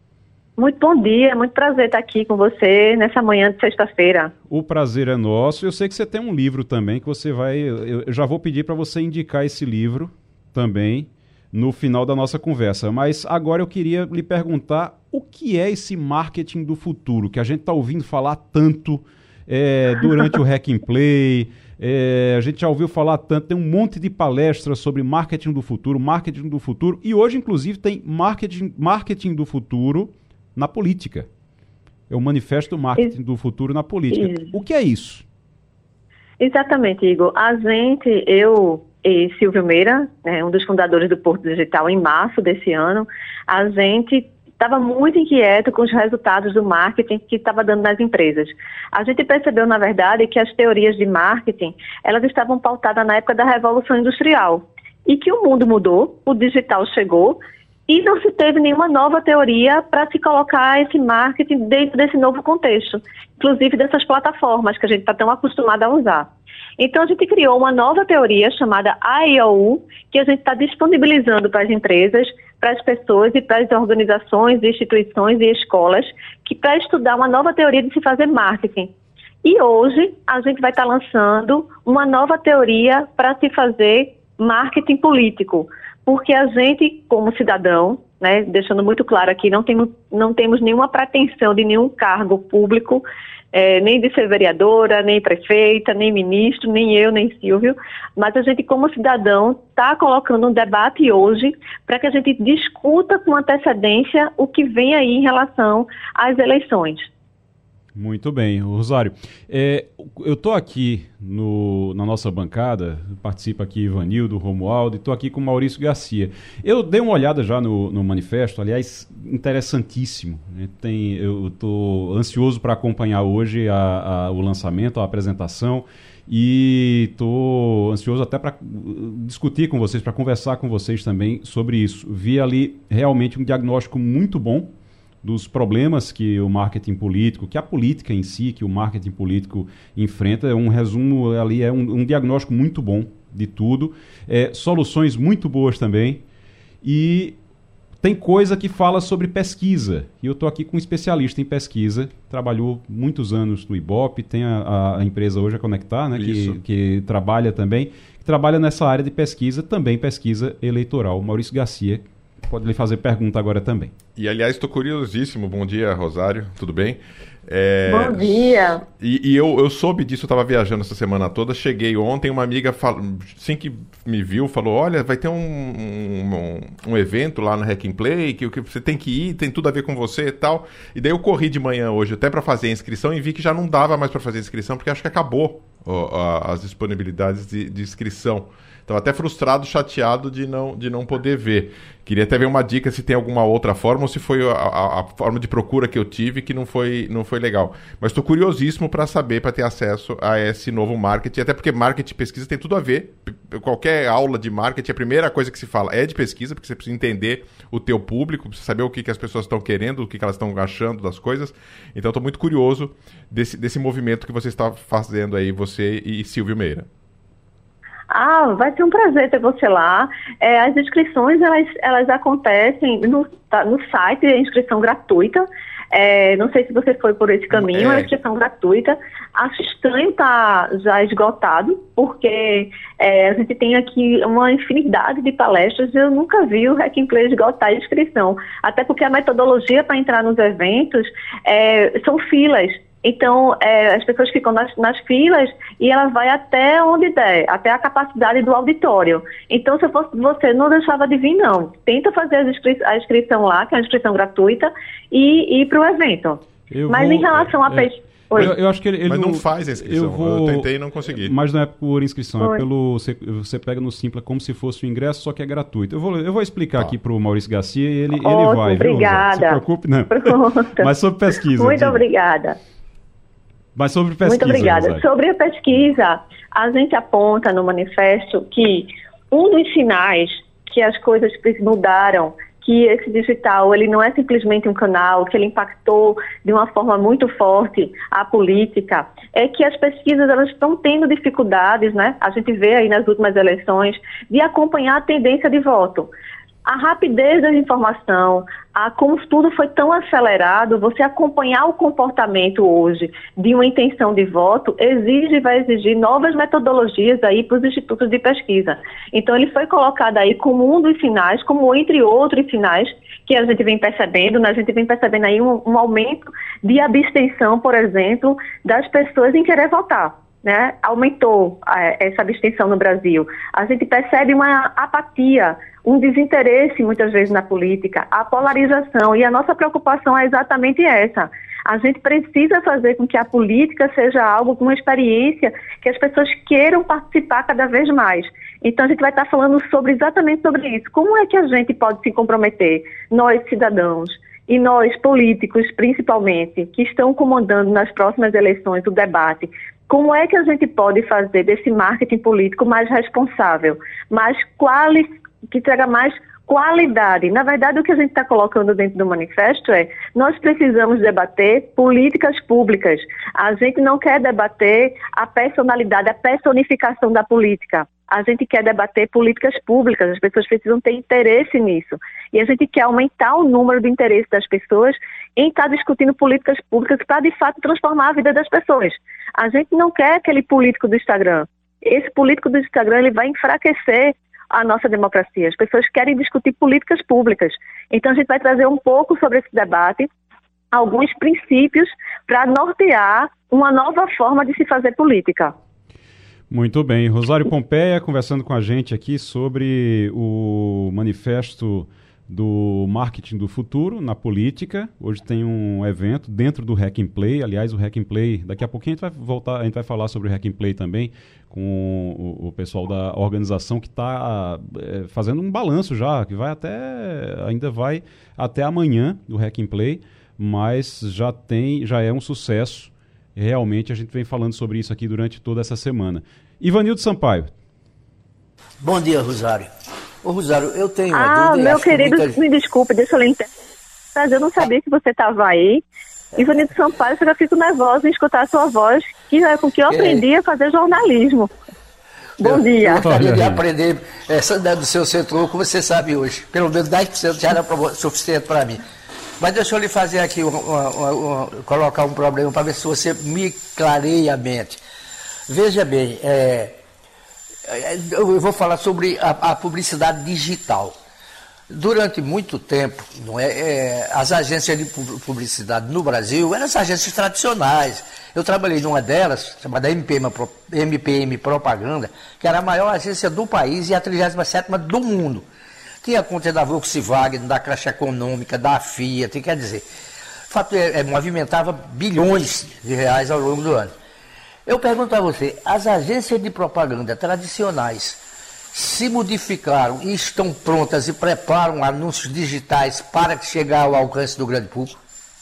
Muito bom dia, muito prazer estar aqui com você nessa manhã de sexta-feira. O prazer é nosso. Eu sei que você tem um livro também que você vai... Eu já vou pedir para você indicar esse livro também no final da nossa conversa. Mas agora eu queria lhe perguntar o que é esse marketing do futuro, que a gente está ouvindo falar tanto é, durante o Hack and Play. É, a gente já ouviu falar tanto, tem um monte de palestras sobre marketing do futuro, marketing do futuro, e hoje, inclusive, tem marketing, marketing do futuro na política. É o Manifesto Marketing do Futuro na Política. Isso. O que é isso? Exatamente, Igor. A gente, eu e Silvio Meira, né, um dos fundadores do Porto Digital, em março desse ano, a gente estava muito inquieto com os resultados do marketing que estava dando nas empresas. A gente percebeu, na verdade, que as teorias de marketing, elas estavam pautadas na época da Revolução Industrial, e que o mundo mudou, o digital chegou, e não se teve nenhuma nova teoria para se colocar esse marketing dentro desse novo contexto, inclusive dessas plataformas que a gente está tão acostumado a usar. Então, a gente criou uma nova teoria chamada I O U, que a gente está disponibilizando para as empresas, para as pessoas e para as organizações, instituições e escolas, que para estudar uma nova teoria de se fazer marketing. E hoje, a gente vai estar lançando uma nova teoria para se fazer marketing político, porque a gente, como cidadão, né, deixando muito claro aqui, não temos, não temos nenhuma pretensão de nenhum cargo público, é, nem de ser vereadora, nem prefeita, nem ministro, nem eu, nem Silvio, mas a gente, como cidadão, está colocando um debate hoje para que a gente discuta com antecedência o que vem aí em relação às eleições. Muito bem, Rosário. É, eu estou aqui no, na nossa bancada, participa aqui Ivanildo, Romualdo, e estou aqui com Maurício Garcia. Eu dei uma olhada já no, no manifesto, aliás, interessantíssimo. Né? Tem, eu estou ansioso para acompanhar hoje a, a, o lançamento, a apresentação, e estou ansioso até para discutir com vocês, para conversar com vocês também sobre isso. Vi ali realmente um diagnóstico muito bom dos problemas que o marketing político, que a política em si, que o marketing político enfrenta. É um resumo ali, é um, um diagnóstico muito bom de tudo, é, soluções muito boas também, e tem coisa que fala sobre pesquisa, e eu estou aqui com um especialista em pesquisa, trabalhou muitos anos no Ibope, tem a, a empresa hoje a Conectar, né, que, que trabalha também, que trabalha nessa área de pesquisa, também pesquisa eleitoral. Maurício Garcia pode lhe fazer pergunta agora também. E, aliás, estou curiosíssimo. Bom dia, Rosário. Tudo bem? É... Bom dia. E, e eu, eu soube disso, eu estava viajando essa semana toda. Cheguei ontem, uma amiga, fal... assim que me viu, falou: olha, vai ter um, um, um evento lá no Hack and Play, que, que você tem que ir, tem tudo a ver com você e tal. E daí eu corri de manhã hoje até para fazer a inscrição e vi que já não dava mais para fazer a inscrição, porque acho que acabou ó, a, as disponibilidades de, de inscrição. Estava até frustrado, chateado de não, de não poder ver. Queria até ver uma dica se tem alguma outra forma ou se foi a, a, a forma de procura que eu tive que não foi, não foi legal. Mas estou curiosíssimo para saber, para ter acesso a esse novo marketing, até porque marketing e pesquisa tem tudo a ver. Qualquer aula de marketing, a primeira coisa que se fala é de pesquisa, porque você precisa entender o teu público, precisa saber o que, que as pessoas estão querendo, o que, que elas estão achando das coisas. Então estou muito curioso desse, desse movimento que você está fazendo aí, você e Silvio Meira. Ah, vai ser um prazer ter você lá. É, as inscrições, elas, elas acontecem no, no site, é inscrição gratuita. É, não sei se você foi por esse caminho, é, é inscrição gratuita. Acho estranho estar tá já esgotado, porque é, a gente tem aqui uma infinidade de palestras. Eu nunca vi o Hack and Play esgotar a inscrição. Até porque a metodologia para entrar nos eventos é, são filas. Então, é, as pessoas ficam nas, nas filas e ela vai até onde der, até a capacidade do auditório. Então, se eu fosse você, não deixava de vir, não. Tenta fazer a, inscri- a inscrição lá, que é uma inscrição gratuita, e ir para o evento. Eu Mas vou, em relação a... É, é, eu, eu acho que ele, ele Mas não, não faz a inscrição, eu, vou, eu tentei e não consegui. Mas não é por inscrição, Oi. é pelo... Você, você pega no Simpla como se fosse o ingresso, só que é gratuito. Eu vou, eu vou explicar tá. aqui para o Maurício Garcia e ele, Ótimo, ele vai. Obrigada. Viu, não se preocupe, não. Pronto. Mas sobre pesquisa. Muito diga. obrigada. Mas sobre pesquisa. Muito obrigada. Rosário. Sobre a pesquisa, a gente aponta no manifesto que um dos sinais que as coisas mudaram, que esse digital ele não é simplesmente um canal, que ele impactou de uma forma muito forte a política, é que as pesquisas elas estão tendo dificuldades, né? A gente vê aí nas últimas eleições, de acompanhar a tendência de voto. A rapidez da informação, a, como tudo foi tão acelerado, você acompanhar o comportamento hoje de uma intenção de voto exige e vai exigir novas metodologias aí para os institutos de pesquisa. Então ele foi colocado aí como um dos sinais, como entre outros sinais que a gente vem percebendo, né? A gente vem percebendo aí um, um aumento de abstenção, por exemplo, das pessoas em querer votar. Né? Aumentou a, essa abstenção no Brasil. A gente percebe uma apatia, um desinteresse muitas vezes na política, a polarização, e a nossa preocupação é exatamente essa. A gente precisa fazer com que a política seja algo, uma experiência que as pessoas queiram participar cada vez mais. Então a gente vai estar falando sobre exatamente sobre isso. Como é que a gente pode se comprometer, nós cidadãos, e nós políticos principalmente, que estão comandando nas próximas eleições o debate, como é que a gente pode fazer desse marketing político mais responsável, mais quali- que traga mais qualidade? Na verdade, o que a gente está colocando dentro do manifesto é: nós precisamos debater políticas públicas. A gente não quer debater a personalidade, a personificação da política. A gente quer debater políticas públicas, as pessoas precisam ter interesse nisso. E a gente quer aumentar o número de interesse das pessoas em estar discutindo políticas públicas para, de fato, transformar a vida das pessoas. A gente não quer aquele político do Instagram. Esse político do Instagram ele vai enfraquecer a nossa democracia. As pessoas querem discutir políticas públicas. Então, a gente vai trazer um pouco sobre esse debate, alguns princípios para nortear uma nova forma de se fazer política. Muito bem. Rosário Pompeia conversando com a gente aqui sobre o manifesto do marketing do futuro na política. Hoje tem um evento dentro do Hack and Play. Aliás, o Hack and Play, daqui a pouquinho a gente vai voltar, a gente vai falar sobre o Hack and Play também com o, o pessoal da organização que está é, fazendo um balanço já, que vai até, ainda vai até amanhã do Hack and Play, mas já tem, já é um sucesso. Realmente a gente vem falando sobre isso aqui durante toda essa semana. Ivanildo Sampaio. Bom dia, Rosário. Ô, Rosário, eu tenho uma ah, dúvida. Ah, meu querido, muita... me desculpe, deixa eu lhe interromper. Eu não sabia que você estava aí. É. Ivanildo Sampaio, eu já fico nervosa em escutar a sua voz, que é com que eu aprendi é. a fazer jornalismo. Bom eu, dia. Eu gostaria de aprender essa ideia do seu setor, como você sabe hoje. Pelo menos dez por cento já era suficiente para mim. Mas deixa eu lhe fazer aqui, uma, uma, uma, colocar um problema para ver se você me clareia a mente. Veja bem, é, eu vou falar sobre a, a publicidade digital. Durante muito tempo, não é, é, as agências de publicidade no Brasil eram as agências tradicionais. Eu trabalhei numa delas, chamada M P M, M P M Propaganda, que era a maior agência do país e a trigésima sétima do mundo. Tinha conta da Volkswagen, da Caixa Econômica, da Fiat, quer dizer, fato é, é, movimentava bilhões de reais ao longo do ano. Eu pergunto a você, as agências de propaganda tradicionais se modificaram e estão prontas e preparam anúncios digitais para chegar ao alcance do grande público?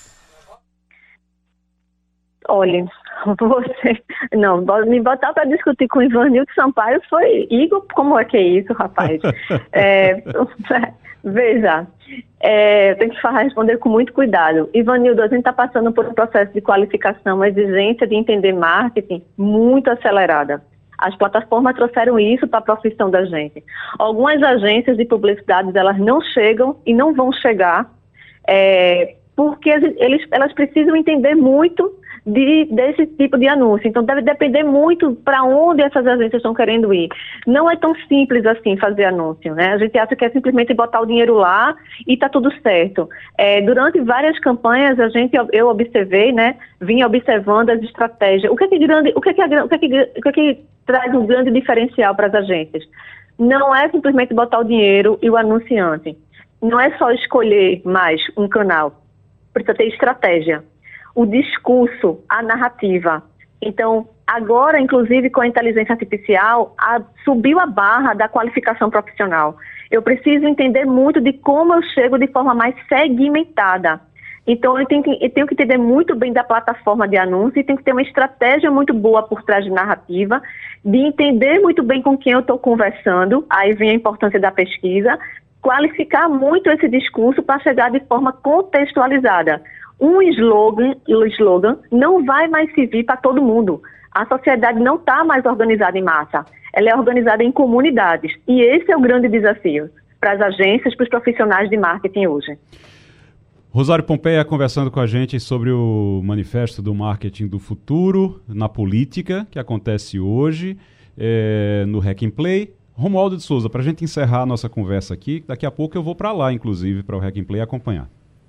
Olha, você... Não, me botar para discutir com o Ivanildo Sampaio foi... Igor, como é que é isso, rapaz? é, veja, é, eu tenho que falar, responder com muito cuidado. Ivanildo, a gente está passando por um processo de qualificação, uma exigência de entender marketing muito acelerada. As plataformas trouxeram isso para a profissão da gente. Algumas agências de publicidade, elas não chegam e não vão chegar, é, porque eles, elas precisam entender muito de, desse tipo de anúncio. Então, deve depender muito para onde essas agências estão querendo ir. Não é tão simples assim fazer anúncio, né? A gente acha que é simplesmente botar o dinheiro lá e está tudo certo. É, durante várias campanhas, a gente, eu observei, né? Vinha observando as estratégias. O que é que, grande, o que, é que, o que, é que, o que, é que traz um grande diferencial para as agências? Não é simplesmente botar o dinheiro e o anunciante. Não é só escolher mais um canal. Precisa ter estratégia. O discurso, a narrativa. Então, agora, inclusive, com a inteligência artificial, a, subiu a barra da qualificação profissional. Eu preciso entender muito de como eu chego de forma mais segmentada. Então, eu tenho, que, eu tenho que entender muito bem da plataforma de anúncio e tenho que ter uma estratégia muito boa por trás de narrativa, de entender muito bem com quem eu estou conversando, aí vem a importância da pesquisa, qualificar muito esse discurso para chegar de forma contextualizada. Um slogan, o slogan não vai mais servir para todo mundo. A sociedade não está mais organizada em massa. Ela é organizada em comunidades. E esse é o grande desafio para as agências, para os profissionais de marketing hoje. Rosário Pompeia conversando com a gente sobre o Manifesto do Marketing do Futuro na Política, que acontece hoje é, no Hack and Play. Romualdo de Souza, para a gente encerrar a nossa conversa aqui, daqui a pouco eu vou para lá, inclusive, para o Hack and Play acompanhar.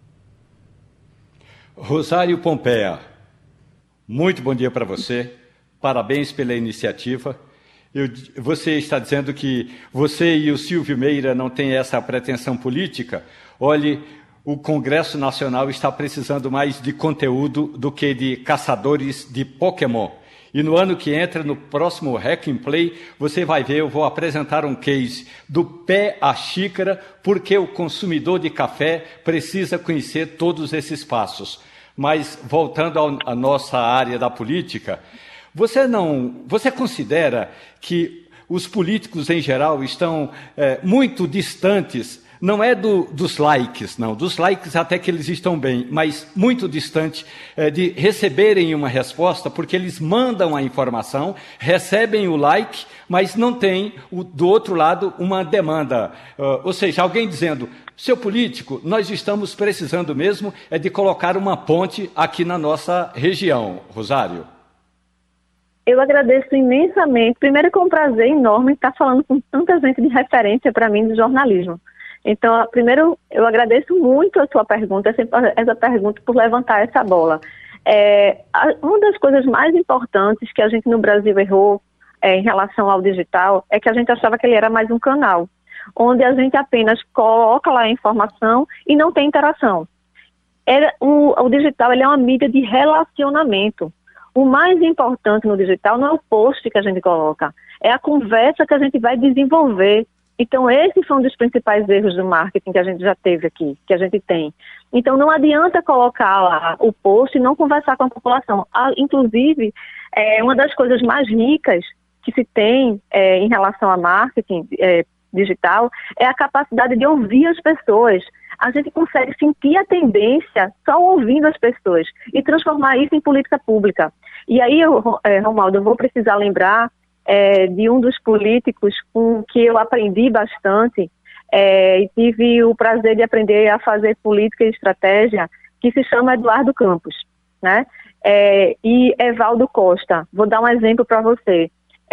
Rosário Pompeia, muito bom dia para você, parabéns pela iniciativa. Eu, você está dizendo que você e o Silvio Meira não têm essa pretensão política. Olhe, o Congresso Nacional está precisando mais de conteúdo do que de caçadores de Pokémon. E no ano que entra, no próximo Hack and Play, você vai ver, eu vou apresentar um case do pé à xícara, porque o consumidor de café precisa conhecer todos esses passos. Mas, voltando à nossa área da política, você não, você considera que os políticos em geral estão é, muito distantes, não é do, dos likes, não, dos likes até que eles estão bem, mas muito distante é, de receberem uma resposta, porque eles mandam a informação, recebem o like, mas não tem, o, do outro lado, uma demanda. Uh, ou seja, alguém dizendo, seu político, nós estamos precisando mesmo é de colocar uma ponte aqui na nossa região. Rosário. Eu agradeço imensamente, primeiro com um prazer enorme estar falando com tanta gente de referência para mim do jornalismo. Então, primeiro, eu agradeço muito a sua pergunta, essa, essa pergunta por levantar essa bola. É, uma das coisas mais importantes que a gente no Brasil errou é, em relação ao digital é que a gente achava que ele era mais um canal, onde a gente apenas coloca lá a informação e não tem interação. Era, o, o digital ele é uma mídia de relacionamento. O mais importante no digital não é o post que a gente coloca, é a conversa que a gente vai desenvolver. Então, esse foi um dos principais erros do marketing que a gente já teve aqui, que a gente tem. Então, não adianta colocar lá o post e não conversar com a população. Ah, inclusive, é, uma das coisas mais ricas que se tem é, em relação a marketing é, digital é a capacidade de ouvir as pessoas. A gente consegue sentir a tendência só ouvindo as pessoas e transformar isso em política pública. E aí, eu, é, Romualdo, eu vou precisar lembrar É, de um dos políticos com que eu aprendi bastante é, e tive o prazer de aprender a fazer política e estratégia, que se chama Eduardo Campos, né? É, e Evaldo Costa. Vou dar um exemplo para você.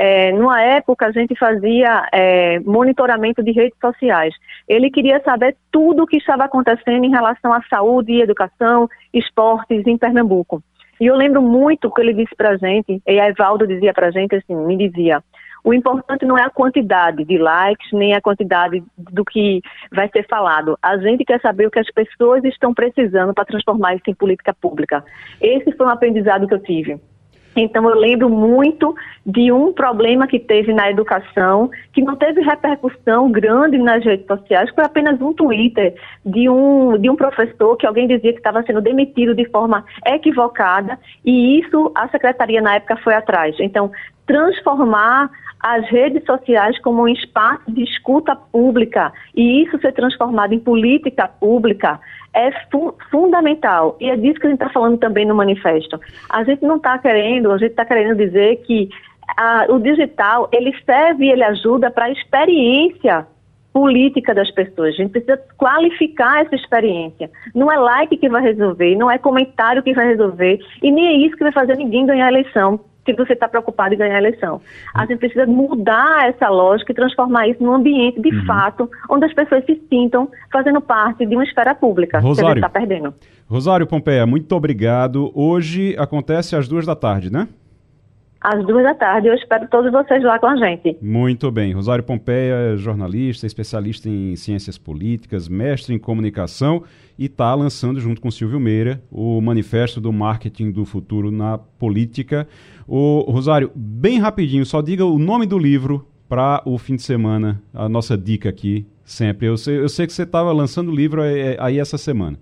É, numa época, a gente fazia é, monitoramento de redes sociais. Ele queria saber tudo o que estava acontecendo em relação à saúde, educação, esportes em Pernambuco. E eu lembro muito que ele disse para a gente, e a Evaldo dizia para a gente assim, me dizia, o importante não é a quantidade de likes, nem a quantidade do que vai ser falado. A gente quer saber o que as pessoas estão precisando para transformar isso em política pública. Esse foi um aprendizado que eu tive. Então, eu lembro muito de um problema que teve na educação, que não teve repercussão grande nas redes sociais, foi apenas um Twitter de um, de um professor que alguém dizia que estava sendo demitido de forma equivocada, e isso a secretaria na época foi atrás. Então, transformar as redes sociais como um espaço de escuta pública e isso ser transformado em política pública é fu- fundamental. E é disso que a gente está falando também no manifesto. A gente não está querendo, a gente está querendo dizer que a, o digital, ele serve e ele ajuda para a experiência política das pessoas. A gente precisa qualificar essa experiência. Não é like que vai resolver, não é comentário que vai resolver e nem é isso que vai fazer ninguém ganhar a eleição. Se você está preocupado em ganhar a eleição. A gente precisa mudar essa lógica e transformar isso num ambiente, de uhum. fato, onde as pessoas se sintam fazendo parte de uma esfera pública. Rosário, que a gente está perdendo. Rosário Pompeia, muito obrigado. Hoje acontece às duas da tarde, né? Às duas da tarde. Eu espero todos vocês lá com a gente. Muito bem. Rosário Pompeia, jornalista, especialista em ciências políticas, mestre em comunicação e está lançando, junto com Silvio Meira, o Manifesto do Marketing do Futuro na Política. Ô, Rosário, bem rapidinho, só diga o nome do livro para o fim de semana, a nossa dica aqui sempre. Eu sei, eu sei que você estava lançando o livro aí, aí essa semana.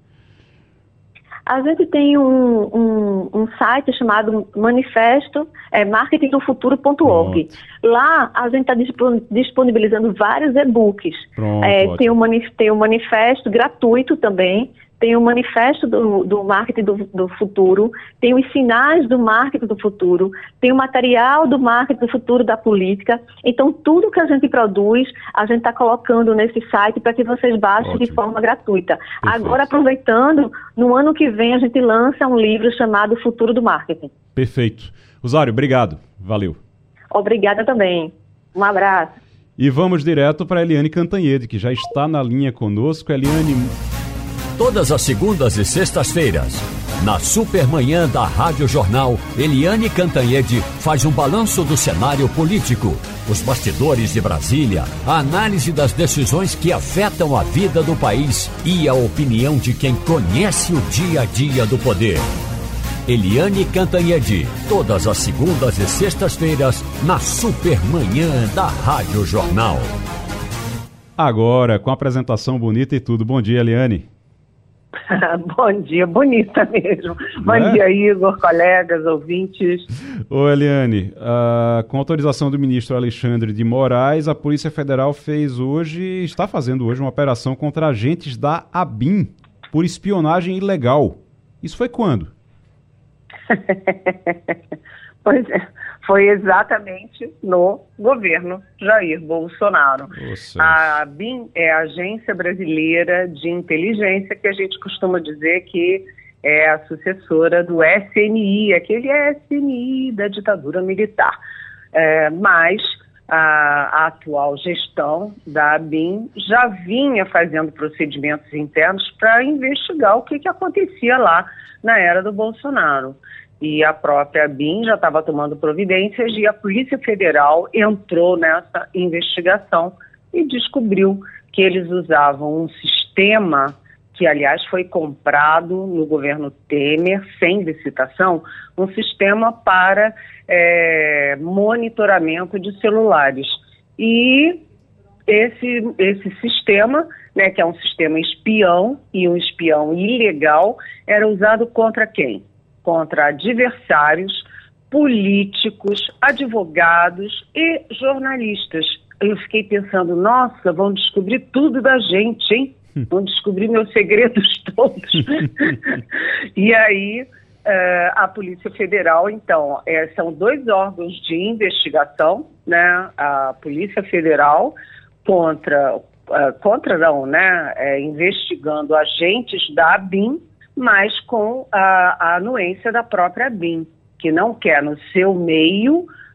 A gente tem um, um, um site chamado Manifesto é, marketing do futuro ponto org. Lá a gente está disponibilizando vários e-books. Pronto, é, tem, um manif- tem um manifesto gratuito também, tem o manifesto do, do marketing do, do futuro, tem os sinais do marketing do futuro, tem o material do marketing do futuro da política. Então, tudo que a gente produz, a gente está colocando nesse site para que vocês baixem Ótimo. de forma gratuita. Perfeito. Agora, aproveitando, no ano que vem a gente lança um livro chamado Futuro do Marketing. Perfeito. Rosário, obrigado. Valeu. Obrigada também. Um abraço. E vamos direto para a Eliane Cantanhede, que já está na linha conosco. Eliane... Todas as segundas e sextas-feiras, na Supermanhã da Rádio Jornal, Eliane Cantanhede faz um balanço do cenário político, os bastidores de Brasília, a análise das decisões que afetam a vida do país e a opinião de quem conhece o dia a dia do poder. Eliane Cantanhede, todas as segundas e sextas-feiras, na Supermanhã da Rádio Jornal. Agora, com a apresentação bonita e tudo. Bom dia, Eliane. Bom dia, bonita mesmo. Bom é? dia, Igor, colegas, ouvintes. Ô, Eliane, uh, com autorização do ministro Alexandre de Moraes, a Polícia Federal fez hoje, está fazendo hoje uma operação contra agentes da ABIN por espionagem ilegal. Isso foi quando? Pois é, foi exatamente no governo Jair Bolsonaro. Nossa. A ABIN é a Agência Brasileira de Inteligência, que a gente costuma dizer que é a sucessora do S N I, aquele S N I da ditadura militar. É, mas a, a atual gestão da ABIN já vinha fazendo procedimentos internos para investigar o que, que acontecia lá na era do Bolsonaro. E a própria ABIN já estava tomando providências e a Polícia Federal entrou nessa investigação e descobriu que eles usavam um sistema que, aliás, foi comprado no governo Temer, sem licitação, um sistema para é, monitoramento de celulares. E esse, esse sistema, né, que é um sistema espião e um espião ilegal, era usado contra quem? Contra adversários, políticos, advogados e jornalistas. Eu fiquei pensando, nossa, vão descobrir tudo da gente, hein? Vão descobrir meus segredos todos. E aí, uh, a Polícia Federal, então, é, são dois órgãos de investigação, né? A Polícia Federal contra, uh, contra não, né? É, investigando agentes da ABIN, mas com a, a anuência da própria ABIN, que não quer no seu meio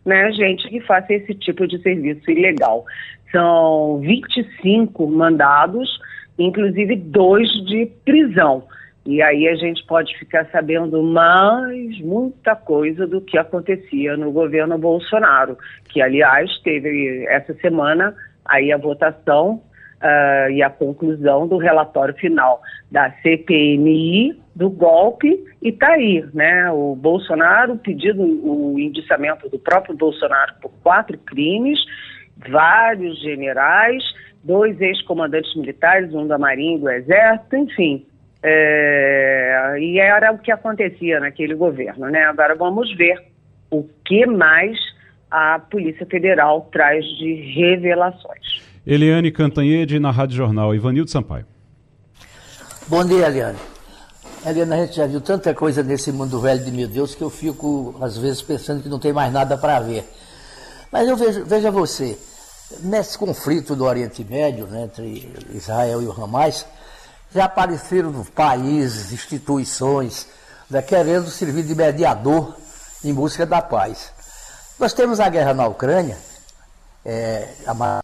né, gente que faça esse tipo de serviço ilegal. São vinte e cinco mandados, inclusive dois de prisão. E aí a gente pode ficar sabendo mais muita coisa do que acontecia no governo Bolsonaro, que, aliás, teve essa semana aí a votação uh, e a conclusão do relatório final da C P M I do golpe, e está aí, né? O Bolsonaro pedindo o indiciamento do próprio Bolsonaro por quatro crimes, vários generais, dois ex-comandantes militares, um da Marinha e do Exército, enfim. É, e era o que acontecia naquele governo, né? Agora vamos ver o que mais a Polícia Federal traz de revelações. Eliane Cantanhede, na Rádio Jornal. Ivanildo Sampaio. Bom dia, Eliane. Eliane, a gente já viu tanta coisa nesse mundo velho de meu Deus que eu fico, às vezes, pensando que não tem mais nada para ver. Mas eu vejo, veja você, nesse conflito do Oriente Médio, né, entre Israel e o Hamas, já apareceram países, instituições, né, querendo servir de mediador em busca da paz. Nós temos a guerra na Ucrânia. É, a...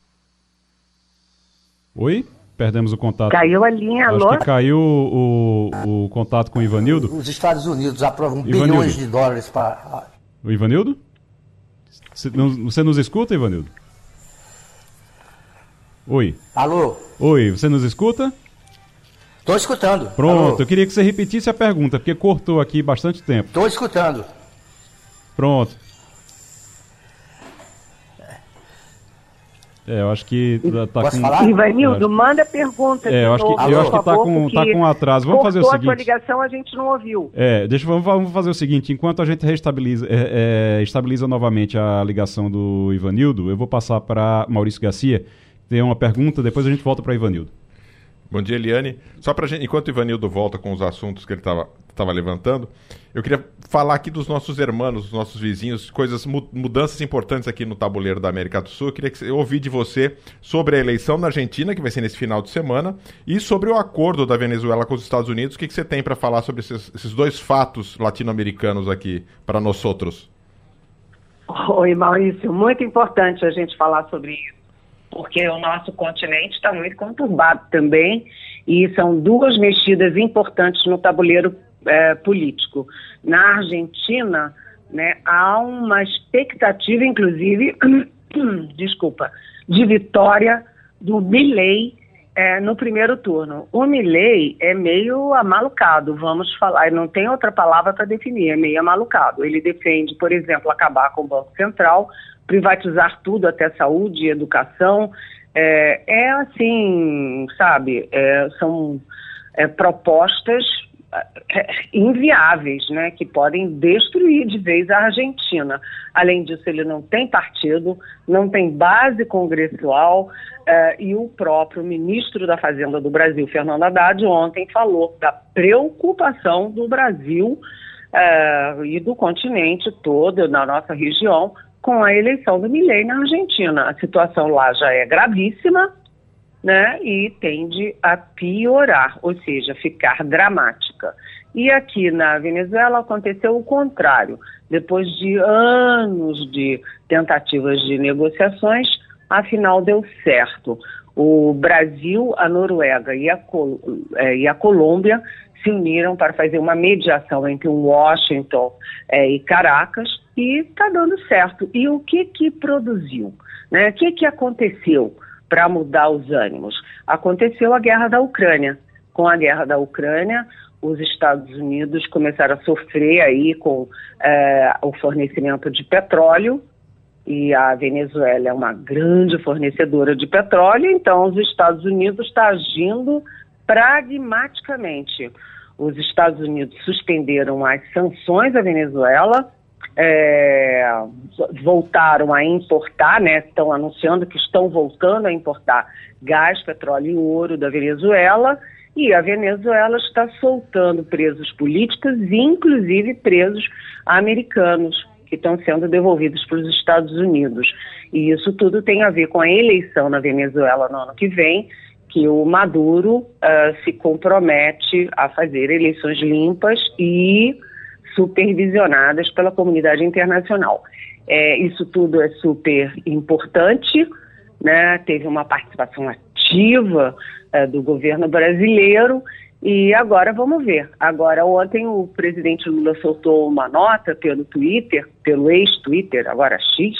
Oi? Perdemos o contato. Caiu a linha, alô? Acho que caiu o, o, o contato com o Ivanildo. Os Estados Unidos aprovam Ivanildo. bilhões de dólares para... O Ivanildo? Você nos escuta, Ivanildo? Oi. Alô? Oi, você nos escuta? Estou escutando. Pronto, Alô? Eu queria que você repetisse a pergunta, porque cortou aqui bastante tempo. Estou escutando. Pronto. É, eu acho que tá Posso com... falar? Ivanildo, manda pergunta. É, eu acho que, novo, eu acho que tá, favor, com, tá com atraso. Vamos fazer o seguinte. Cortou a sua ligação, a gente não ouviu. É, deixa, vamos, vamos fazer o seguinte. Enquanto a gente reestabiliza é, é, estabiliza novamente a ligação do Ivanildo, eu vou passar para Maurício Garcia. Tem uma pergunta, depois a gente volta para Ivanildo. Bom dia, Eliane. Só pra gente, enquanto o Ivanildo volta com os assuntos que ele estava levantando, eu queria falar aqui dos nossos irmãos, dos nossos vizinhos, coisas, mudanças importantes aqui no tabuleiro da América do Sul. Eu queria que eu ouvi de você sobre a eleição na Argentina, que vai ser nesse final de semana, e sobre o acordo da Venezuela com os Estados Unidos. O que, que você tem para falar sobre esses, esses dois fatos latino-americanos aqui para nós outros? Oi, Maurício. Muito importante a gente falar sobre isso, porque o nosso continente está muito conturbado também, e são duas mexidas importantes no tabuleiro é, político. Na Argentina, né, há uma expectativa, inclusive, desculpa, de vitória do Milei é, no primeiro turno. O Milei é meio amalucado, vamos falar, não tem outra palavra para definir, é meio amalucado. Ele defende, por exemplo, acabar com o Banco Central, privatizar tudo, até saúde e educação. É, é assim, sabe, é, são é, propostas é, inviáveis, né, que podem destruir de vez a Argentina. Além disso, ele não tem partido, não tem base congressual, é, e o próprio ministro da Fazenda do Brasil, Fernando Haddad, ontem falou da preocupação do Brasil é, e do continente todo, na nossa região, com a eleição do Milei na Argentina. A situação lá já é gravíssima, né, e tende a piorar, ou seja, ficar dramática. E aqui na Venezuela aconteceu o contrário. Depois de anos de tentativas de negociações, afinal deu certo. O Brasil, a Noruega e a, Col- é, e a Colômbia se uniram para fazer uma mediação entre Washington é, e Caracas, e está dando certo. E o que que produziu? Né? O que que aconteceu para mudar os ânimos? Aconteceu a guerra da Ucrânia. Com a guerra da Ucrânia, os Estados Unidos começaram a sofrer aí com é, o fornecimento de petróleo, e a Venezuela é uma grande fornecedora de petróleo, então os Estados Unidos estão agindo pragmaticamente. Os Estados Unidos suspenderam as sanções à Venezuela, é, voltaram a importar, né, estão anunciando que estão voltando a importar gás, petróleo e ouro da Venezuela, e a Venezuela está soltando presos políticos, inclusive presos americanos, que estão sendo devolvidos para os Estados Unidos. E isso tudo tem a ver com a eleição na Venezuela no ano que vem, que o Maduro uh, se compromete a fazer eleições limpas e supervisionadas pela comunidade internacional. É, isso tudo é super importante, né? Teve uma participação ativa é, do governo brasileiro e agora vamos ver. Agora, ontem o presidente Lula soltou uma nota pelo Twitter, pelo ex-Twitter, agora X,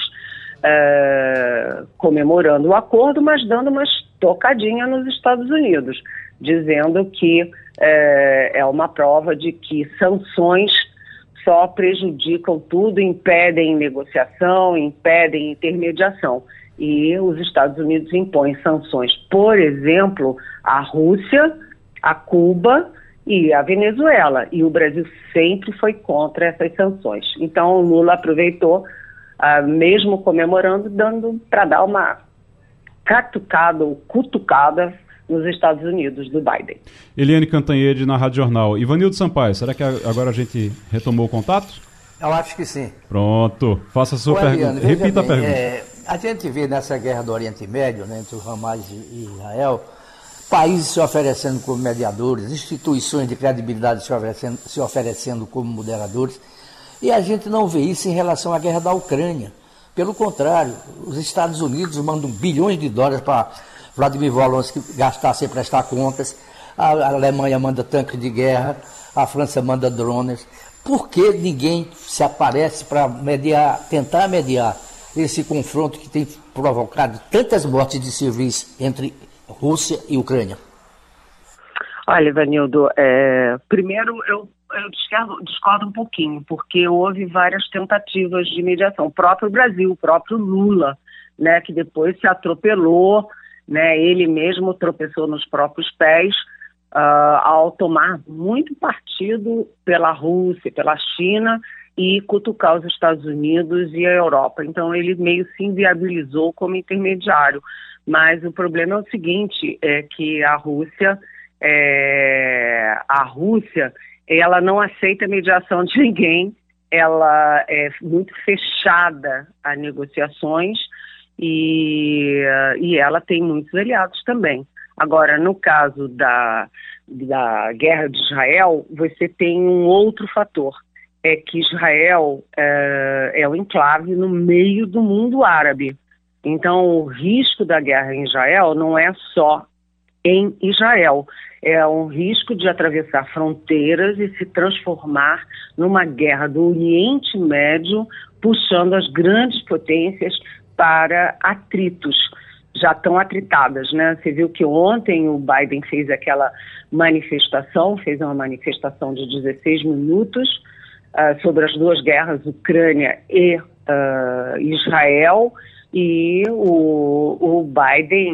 é, comemorando o acordo, mas dando uma tocadinha nos Estados Unidos, dizendo que é, é uma prova de que sanções só prejudicam tudo, impedem negociação, impedem intermediação. E os Estados Unidos impõem sanções, por exemplo, à Rússia, a Cuba e a Venezuela. E o Brasil sempre foi contra essas sanções. Então o Lula aproveitou, ah, mesmo comemorando, dando para dar uma catucada ou cutucada nos Estados Unidos, do Biden. Eliane Cantanhede, na Rádio Jornal. Ivanildo Sampaio, será que agora a gente retomou o contato? Eu acho que sim. Pronto, faça a sua pergunta. Repita bem, a pergunta. É, a gente vê nessa guerra do Oriente Médio, né, entre o Hamas e Israel, países se oferecendo como mediadores, instituições de credibilidade se oferecendo, se oferecendo como moderadores, e a gente não vê isso em relação à guerra da Ucrânia. Pelo contrário, os Estados Unidos mandam bilhões de dólares para Vladimir Volonsky gastar sem prestar contas, a Alemanha manda tanques de guerra, a França manda drones. Por que ninguém se aparece para mediar, tentar mediar esse confronto que tem provocado tantas mortes de civis entre Rússia e Ucrânia? Olha, Ivanildo, é, primeiro eu, eu discordo, discordo um pouquinho, porque houve várias tentativas de mediação. O próprio Brasil, o próprio Lula, né, que depois se atropelou, né, ele mesmo tropeçou nos próprios pés uh, ao tomar muito partido pela Rússia, pela China e cutucar os Estados Unidos e a Europa. Então ele meio se inviabilizou como intermediário. Mas o problema é o seguinte, é que a Rússia, é, a Rússia, ela não aceita a mediação de ninguém, ela é muito fechada a negociações, E, e ela tem muitos aliados também. Agora, no caso da, da guerra de Israel, você tem um outro fator, é que Israel é, é um enclave no meio do mundo árabe. Então, o risco da guerra em Israel não é só em Israel, é um risco de atravessar fronteiras e se transformar numa guerra do Oriente Médio, puxando as grandes potências para atritos, já estão atritadas, né? Você viu que ontem o Biden fez aquela manifestação, fez uma manifestação de dezesseis minutos uh, sobre as duas guerras, Ucrânia e uh, Israel, e o, o Biden,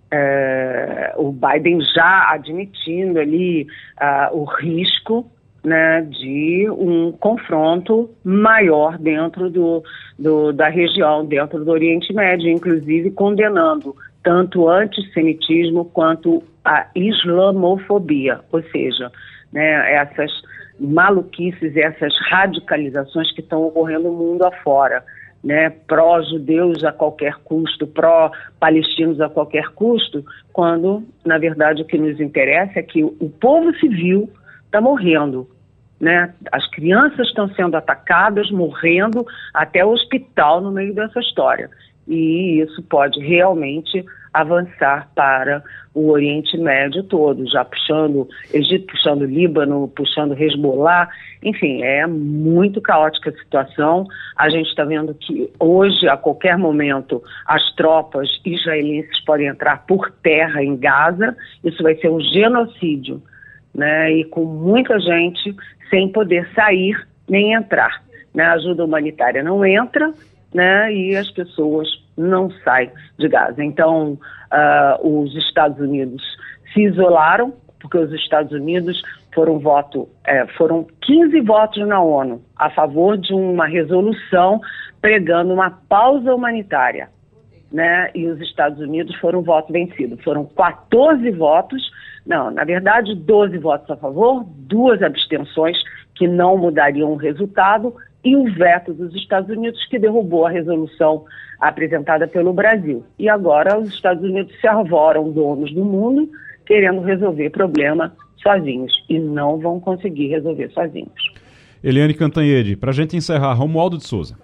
uh, o Biden já admitindo ali uh, o risco, né, de um confronto maior dentro do, do, da região, dentro do Oriente Médio, inclusive condenando tanto o antissemitismo quanto a islamofobia, ou seja, né, essas maluquices, essas radicalizações que estão ocorrendo no mundo afora, né, pró-judeus a qualquer custo, pró-palestinos a qualquer custo, quando, na verdade, o que nos interessa é que o povo civil está morrendo, né? As crianças estão sendo atacadas, morrendo, até o hospital no meio dessa história. E isso pode realmente avançar para o Oriente Médio todo, já puxando Egito, puxando Líbano, puxando Hezbollah. Enfim, é muito caótica a situação. A gente está vendo que hoje, a qualquer momento, as tropas israelenses podem entrar por terra em Gaza. Isso vai ser um genocídio, né? E com muita gente sem poder sair nem entrar, né? A ajuda humanitária não entra, né? E as pessoas não saem de Gaza. Então, uh, os Estados Unidos se isolaram, porque os Estados Unidos foram voto, eh, foram quinze votos na ONU a favor de uma resolução pregando uma pausa humanitária, né? E os Estados Unidos foram voto vencido. Foram quatorze votos, não, na verdade, doze votos a favor, duas abstenções que não mudariam o resultado e o veto dos Estados Unidos que derrubou a resolução apresentada pelo Brasil. E agora os Estados Unidos se arvoram donos do mundo, querendo resolver problema sozinhos, e não vão conseguir resolver sozinhos. Eliane Cantanhede, para a gente encerrar, Romualdo de Souza.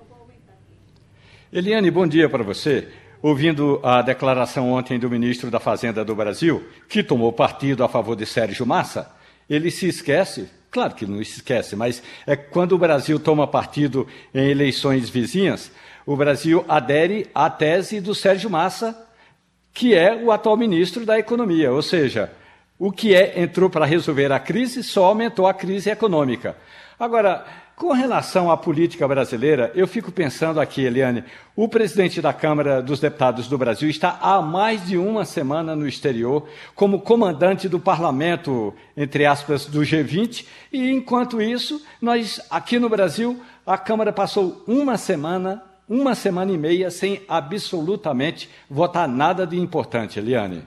Eliane, bom dia para você. Ouvindo a declaração ontem do ministro da Fazenda do Brasil, que tomou partido a favor de Sérgio Massa, ele se esquece, claro que não se esquece, mas é quando o Brasil toma partido em eleições vizinhas, o Brasil adere à tese do Sérgio Massa, que é o atual ministro da Economia, ou seja, o que é, entrou para resolver a crise só aumentou a crise econômica. Agora, com relação à política brasileira, eu fico pensando aqui, Eliane, o presidente da Câmara dos Deputados do Brasil está há mais de uma semana no exterior como comandante do parlamento, entre aspas, do G vinte, e enquanto isso, nós aqui no Brasil, a Câmara passou uma semana, uma semana e meia sem absolutamente votar nada de importante, Eliane.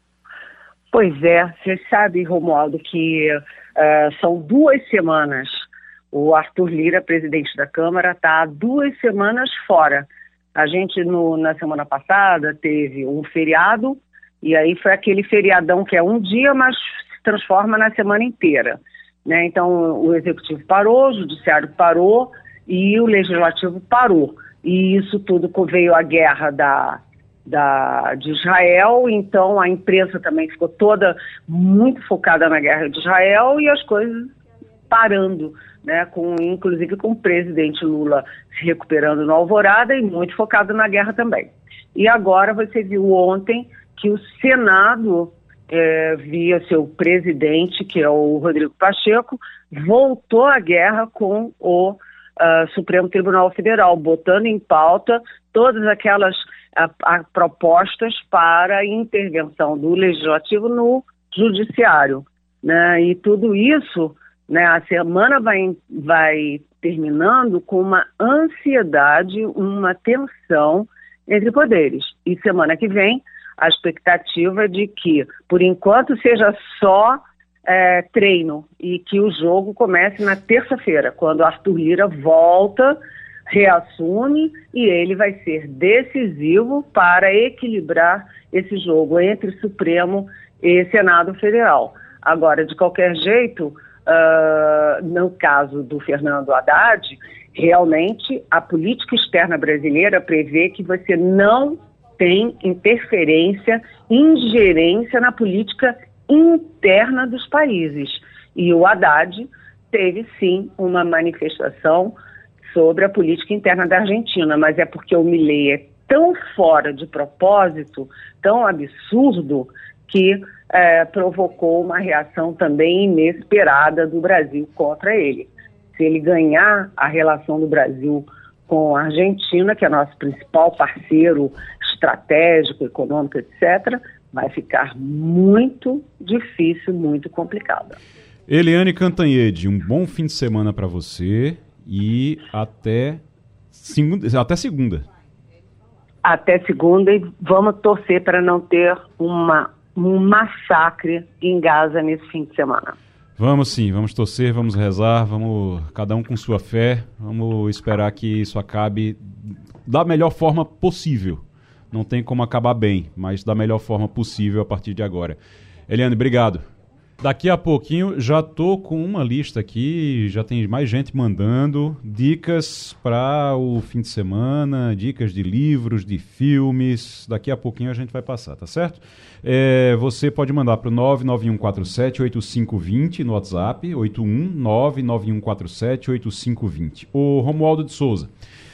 Pois é, você sabe, Romualdo, que uh, são duas semanas. O Arthur Lira, presidente da Câmara, está há duas semanas fora. A gente, no, na semana passada, teve um feriado, e aí foi aquele feriadão que é um dia, mas se transforma na semana inteira. Né? Então, o Executivo parou, o Judiciário parou e o Legislativo parou. E isso tudo veio a guerra da... Da, de Israel, então a imprensa também ficou toda muito focada na guerra de Israel e as coisas parando, né, com, inclusive com o presidente Lula se recuperando na alvorada e muito focado na guerra também. E agora você viu ontem que o Senado, é, via seu presidente, que é o Rodrigo Pacheco, voltou à guerra com o uh, Supremo Tribunal Federal, botando em pauta todas aquelas A, a propostas para a intervenção do Legislativo no Judiciário, né? E tudo isso, né, a semana vai, vai terminando com uma ansiedade, uma tensão entre poderes. E semana que vem, a expectativa é de que, por enquanto, seja só é, treino e que o jogo comece na terça-feira, quando Arthur Lira volta, reassume e ele vai ser decisivo para equilibrar esse jogo entre Supremo e Senado Federal. Agora, de qualquer jeito, uh, no caso do Fernando Haddad, realmente a política externa brasileira prevê que você não tem interferência, ingerência na política interna dos países. E o Haddad teve, sim, uma manifestação sobre a política interna da Argentina, mas é porque o Milei é tão fora de propósito, tão absurdo, que é, provocou uma reação também inesperada do Brasil contra ele. Se ele ganhar a relação do Brasil com a Argentina, que é nosso principal parceiro estratégico, econômico, etcétera, vai ficar muito difícil, muito complicado. Eliane Cantanhede, um bom fim de semana para você. E até segunda, até segunda. Até segunda e vamos torcer para não ter uma, um massacre em Gaza nesse fim de semana. Vamos sim, vamos torcer, vamos rezar, vamos cada um com sua fé, vamos esperar que isso acabe da melhor forma possível. Não tem como acabar bem, mas da melhor forma possível a partir de agora. Eliane, obrigado. Daqui a pouquinho já tô com uma lista aqui, já tem mais gente mandando dicas para o fim de semana, dicas de livros, de filmes. Daqui a pouquinho a gente vai passar, tá certo? É, você pode mandar para o nove nove um quatro sete oito cinco dois zero no WhatsApp, oito um nove nove um quatro sete oito cinco dois zero. O Romualdo de Souza,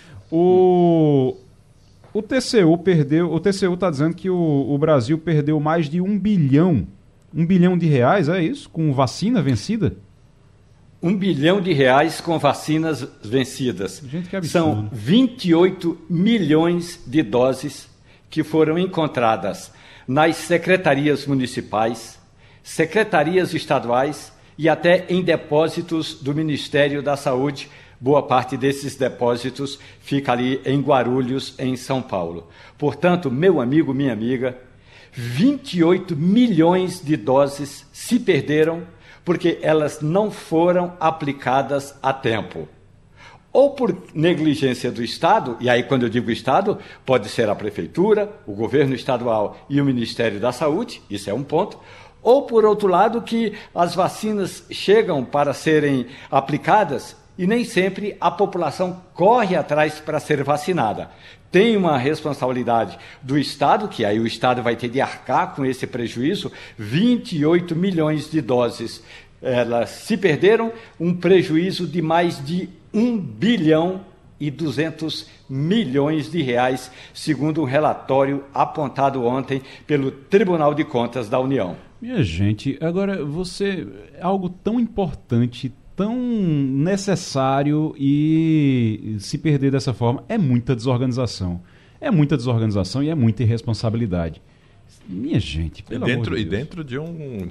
o... O T C U perdeu, o T C U está dizendo que o, o Brasil perdeu mais de um bilhão Um bilhão de reais, é isso? Com vacina vencida? Um bilhão de reais com vacinas vencidas. Gente, que absurdo. São vinte e oito milhões de doses que foram encontradas nas secretarias municipais, secretarias estaduais e até em depósitos do Ministério da Saúde. Boa parte desses depósitos fica ali em Guarulhos, em São Paulo. Portanto, meu amigo, minha amiga, vinte e oito milhões de doses se perderam porque elas não foram aplicadas a tempo. Ou por negligência do Estado, e aí quando eu digo Estado, pode ser a Prefeitura, o Governo Estadual e o Ministério da Saúde, isso é um ponto, ou por outro lado que as vacinas chegam para serem aplicadas e nem sempre a população corre atrás para ser vacinada. Tem uma responsabilidade do Estado, que aí o Estado vai ter de arcar com esse prejuízo, vinte e oito milhões de doses. Elas se perderam, um prejuízo de mais de um bilhão e duzentos milhões de reais, segundo um relatório apontado ontem pelo Tribunal de Contas da União. Minha gente, agora você, algo tão importante, tão necessário e se perder dessa forma, é muita desorganização. É muita desorganização e é muita irresponsabilidade. Minha gente, pelo e dentro, amor de Deus. E dentro de um...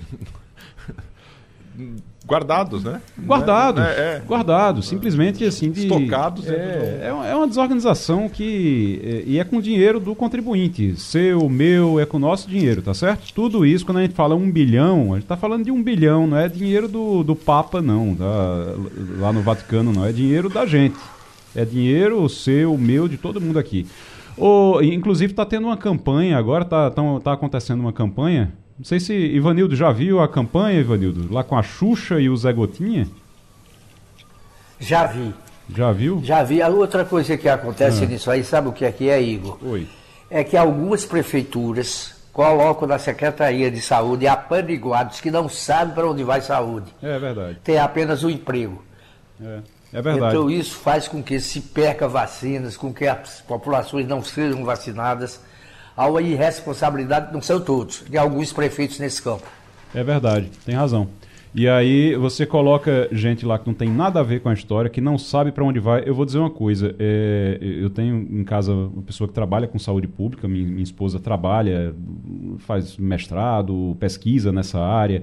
guardados, né? Guardados, é, é. guardados, simplesmente assim de... Estocados. É, é uma desorganização que... É, e é com dinheiro do contribuinte, seu, meu, é com o nosso dinheiro, tá certo? Tudo isso, quando a gente fala um bilhão, a gente tá falando de um bilhão, não é dinheiro do, do Papa, não, tá? Lá no Vaticano, não, é dinheiro da gente. É dinheiro seu, meu, de todo mundo aqui. O, inclusive tá tendo uma campanha agora, tá, tá, tá acontecendo uma campanha... Não sei se Ivanildo já viu a campanha, Ivanildo, lá com a Xuxa e o Zé Gotinha? Já vi. Já viu? Já vi. A outra coisa que acontece ah. nisso aí, sabe o que é que é, Igor? Oi. É que algumas prefeituras colocam na Secretaria de Saúde apaniguados que não sabem para onde vai saúde. É verdade. Tem apenas o emprego. É, é verdade. Então isso faz com que se perca vacinas, com que as populações não sejam vacinadas. Há uma irresponsabilidade, não são todos, de alguns prefeitos nesse campo. É verdade, tem razão. E aí você coloca gente lá que não tem nada a ver com a história, que não sabe para onde vai. Eu vou dizer uma coisa, é, eu tenho em casa uma pessoa que trabalha com saúde pública, minha, minha esposa trabalha, faz mestrado, pesquisa nessa área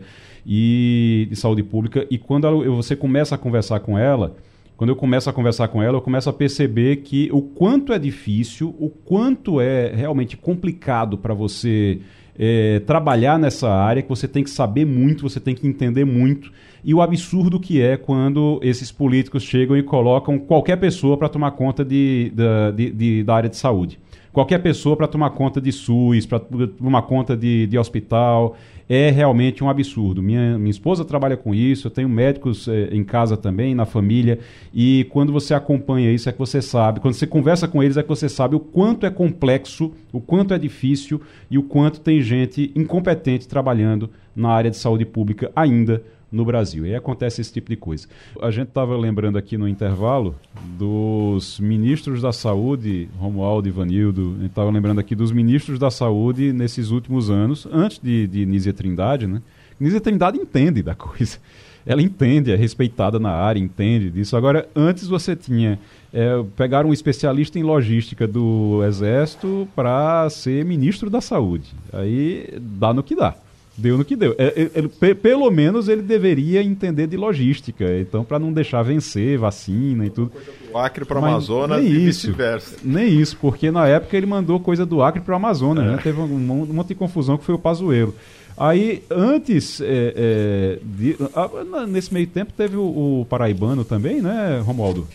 e, de saúde pública, e quando ela, você começa a conversar com ela... Quando eu começo a conversar com ela, eu começo a perceber que o quanto é difícil, o quanto é realmente complicado para você é, trabalhar nessa área, que você tem que saber muito, você tem que entender muito, e o absurdo que é quando esses políticos chegam e colocam qualquer pessoa para tomar conta de, da, de, de, da área de saúde. Qualquer pessoa para tomar conta de SUS, para tomar conta de, de hospital, é realmente um absurdo. Minha, minha esposa trabalha com isso, eu tenho médicos eh, em casa também, na família, e quando você acompanha isso é que você sabe, quando você conversa com eles é que você sabe o quanto é complexo, o quanto é difícil e o quanto tem gente incompetente trabalhando na área de saúde pública ainda no Brasil. E aí acontece esse tipo de coisa. A gente estava lembrando aqui no intervalo dos ministros da saúde, Romualdo e Ivanildo, a gente estava lembrando aqui dos ministros da saúde nesses últimos anos, antes de, de Nízia Trindade, né? Nízia Trindade entende da coisa. Ela entende, é respeitada na área, entende disso. Agora, antes você tinha... É, pegaram um especialista em logística do Exército para ser ministro da saúde. Aí dá no que dá. Deu no que deu. É, é, é, pelo menos ele deveria entender de logística, então, para não deixar vencer vacina e tudo. Do Acre para o Amazonas e vice-versa. Nem isso, porque na época ele mandou coisa do Acre para o Amazonas, é. né? Teve um, um monte de confusão que foi o Pazuello. Aí, antes, é, é, de, a, nesse meio tempo, teve o, o paraibano também, né, Romualdo?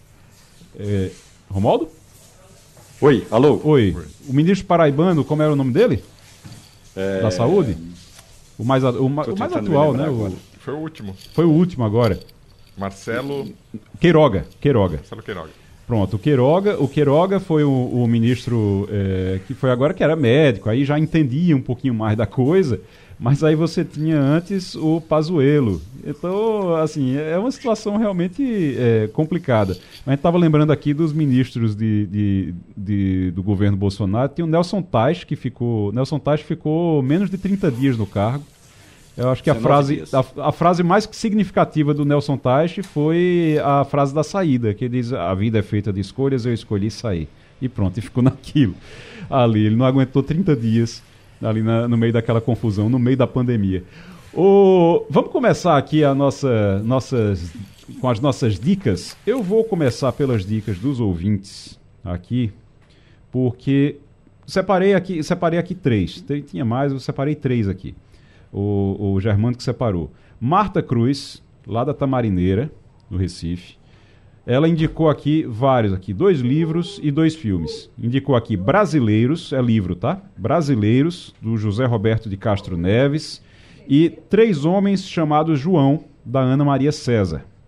É, Romualdo? Oi, alô? Oi. O ministro paraibano, como era o nome dele? É... Da saúde? O mais, o, o mais atual, né? O... Foi o último. Foi o último agora. Marcelo... Queiroga. Queiroga. Marcelo Queiroga. Pronto, o Queiroga, o Queiroga foi o, o ministro é, que foi agora que era médico, aí já entendia um pouquinho mais da coisa, mas aí você tinha antes o Pazuello. Então, assim, é uma situação realmente é, complicada. A gente estava lembrando aqui dos ministros de, de, de, do governo Bolsonaro. Tinha o Nelson Teich, que ficou... Nelson Teich ficou menos de trinta dias no cargo. Eu acho que a frase, a, a frase mais significativa do Nelson Teich foi a frase da saída, que ele diz: a vida é feita de escolhas, eu escolhi sair. E pronto, e ficou naquilo. Ali, ele não aguentou trinta dias ali na, no meio daquela confusão, no meio da pandemia. O, vamos começar aqui a nossa, nossas, com as nossas dicas. Eu vou começar pelas dicas dos ouvintes aqui, porque separei aqui, separei aqui três. Tem, tinha mais, eu separei três aqui. O, o Germano que separou. Marta Cruz, lá da Tamarineira, no Recife. Ela indicou aqui vários, aqui, dois livros e dois filmes. Indicou aqui Brasileiros, é livro, tá? Brasileiros, do José Roberto de Castro Neves. E Três Homens Chamados João, da Ana Maria César.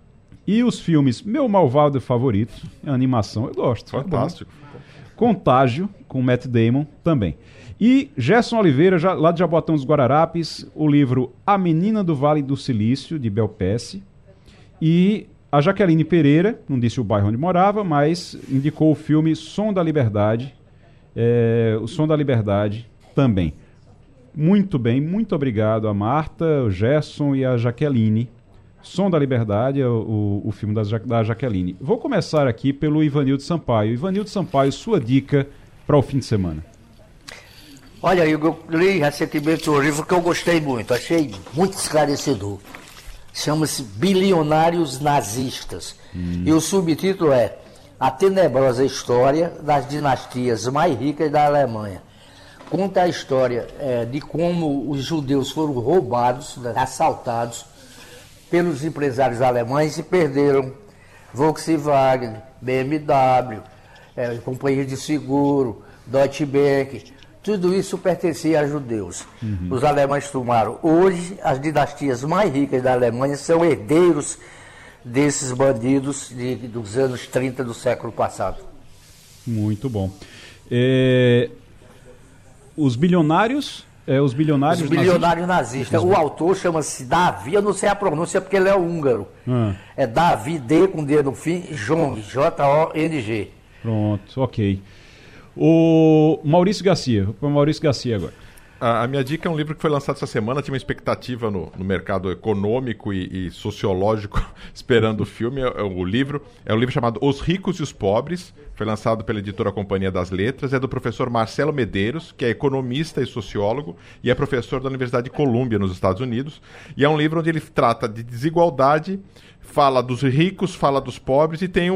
E os filmes Meu Malvado Favorito, a animação, eu gosto. Fantástico. É Contágio, com Matt Damon, também. E Gerson Oliveira, já, lá de Jaboatão dos Guararapes, o livro A Menina do Vale do Silício, de Bel Pesce. E a Jaqueline Pereira, não disse o bairro onde morava, mas indicou o filme Som da Liberdade, é, o Som da Liberdade também. Muito bem, muito obrigado a Marta, o Gerson e a Jaqueline. Som da Liberdade é o, o, o filme da, ja, da Jaqueline. Vou começar aqui pelo Ivanildo Sampaio. Ivanildo Sampaio, sua dica para o fim de semana. Olha, eu li recentemente um livro que eu gostei muito, achei muito esclarecedor. Chama-se Bilionários Nazistas. Hum. E o subtítulo é A Tenebrosa História das Dinastias Mais Ricas da Alemanha. Conta a história é, de como os judeus foram roubados, assaltados pelos empresários alemães e perderam Volkswagen, B M W, é, companhia de seguro, Deutsche Bank. Tudo isso pertencia a judeus. Uhum. Os alemães tomaram. Hoje, as dinastias mais ricas da Alemanha são herdeiros desses bandidos de, dos anos trinta do século passado. Muito bom. É, os bilionários... É, os bilionários, os bilionários nazistas. nazistas. O autor chama-se Davi, eu não sei a pronúncia porque ele é húngaro. Ah. É Davi, D com D no fim, Jong, J O N G. Pronto, ok. O Maurício Garcia, o Maurício Garcia agora. A, a minha dica é um livro que foi lançado essa semana, tinha uma expectativa no, no mercado econômico e, e sociológico esperando o filme, é, é, o livro. É um livro chamado Os Ricos e os Pobres, foi lançado pela editora Companhia das Letras, é do professor Marcelo Medeiros, que é economista e sociólogo, e é professor da Universidade de Colômbia, nos Estados Unidos, e é um livro onde ele trata de desigualdade, fala dos ricos, fala dos pobres, e tem um,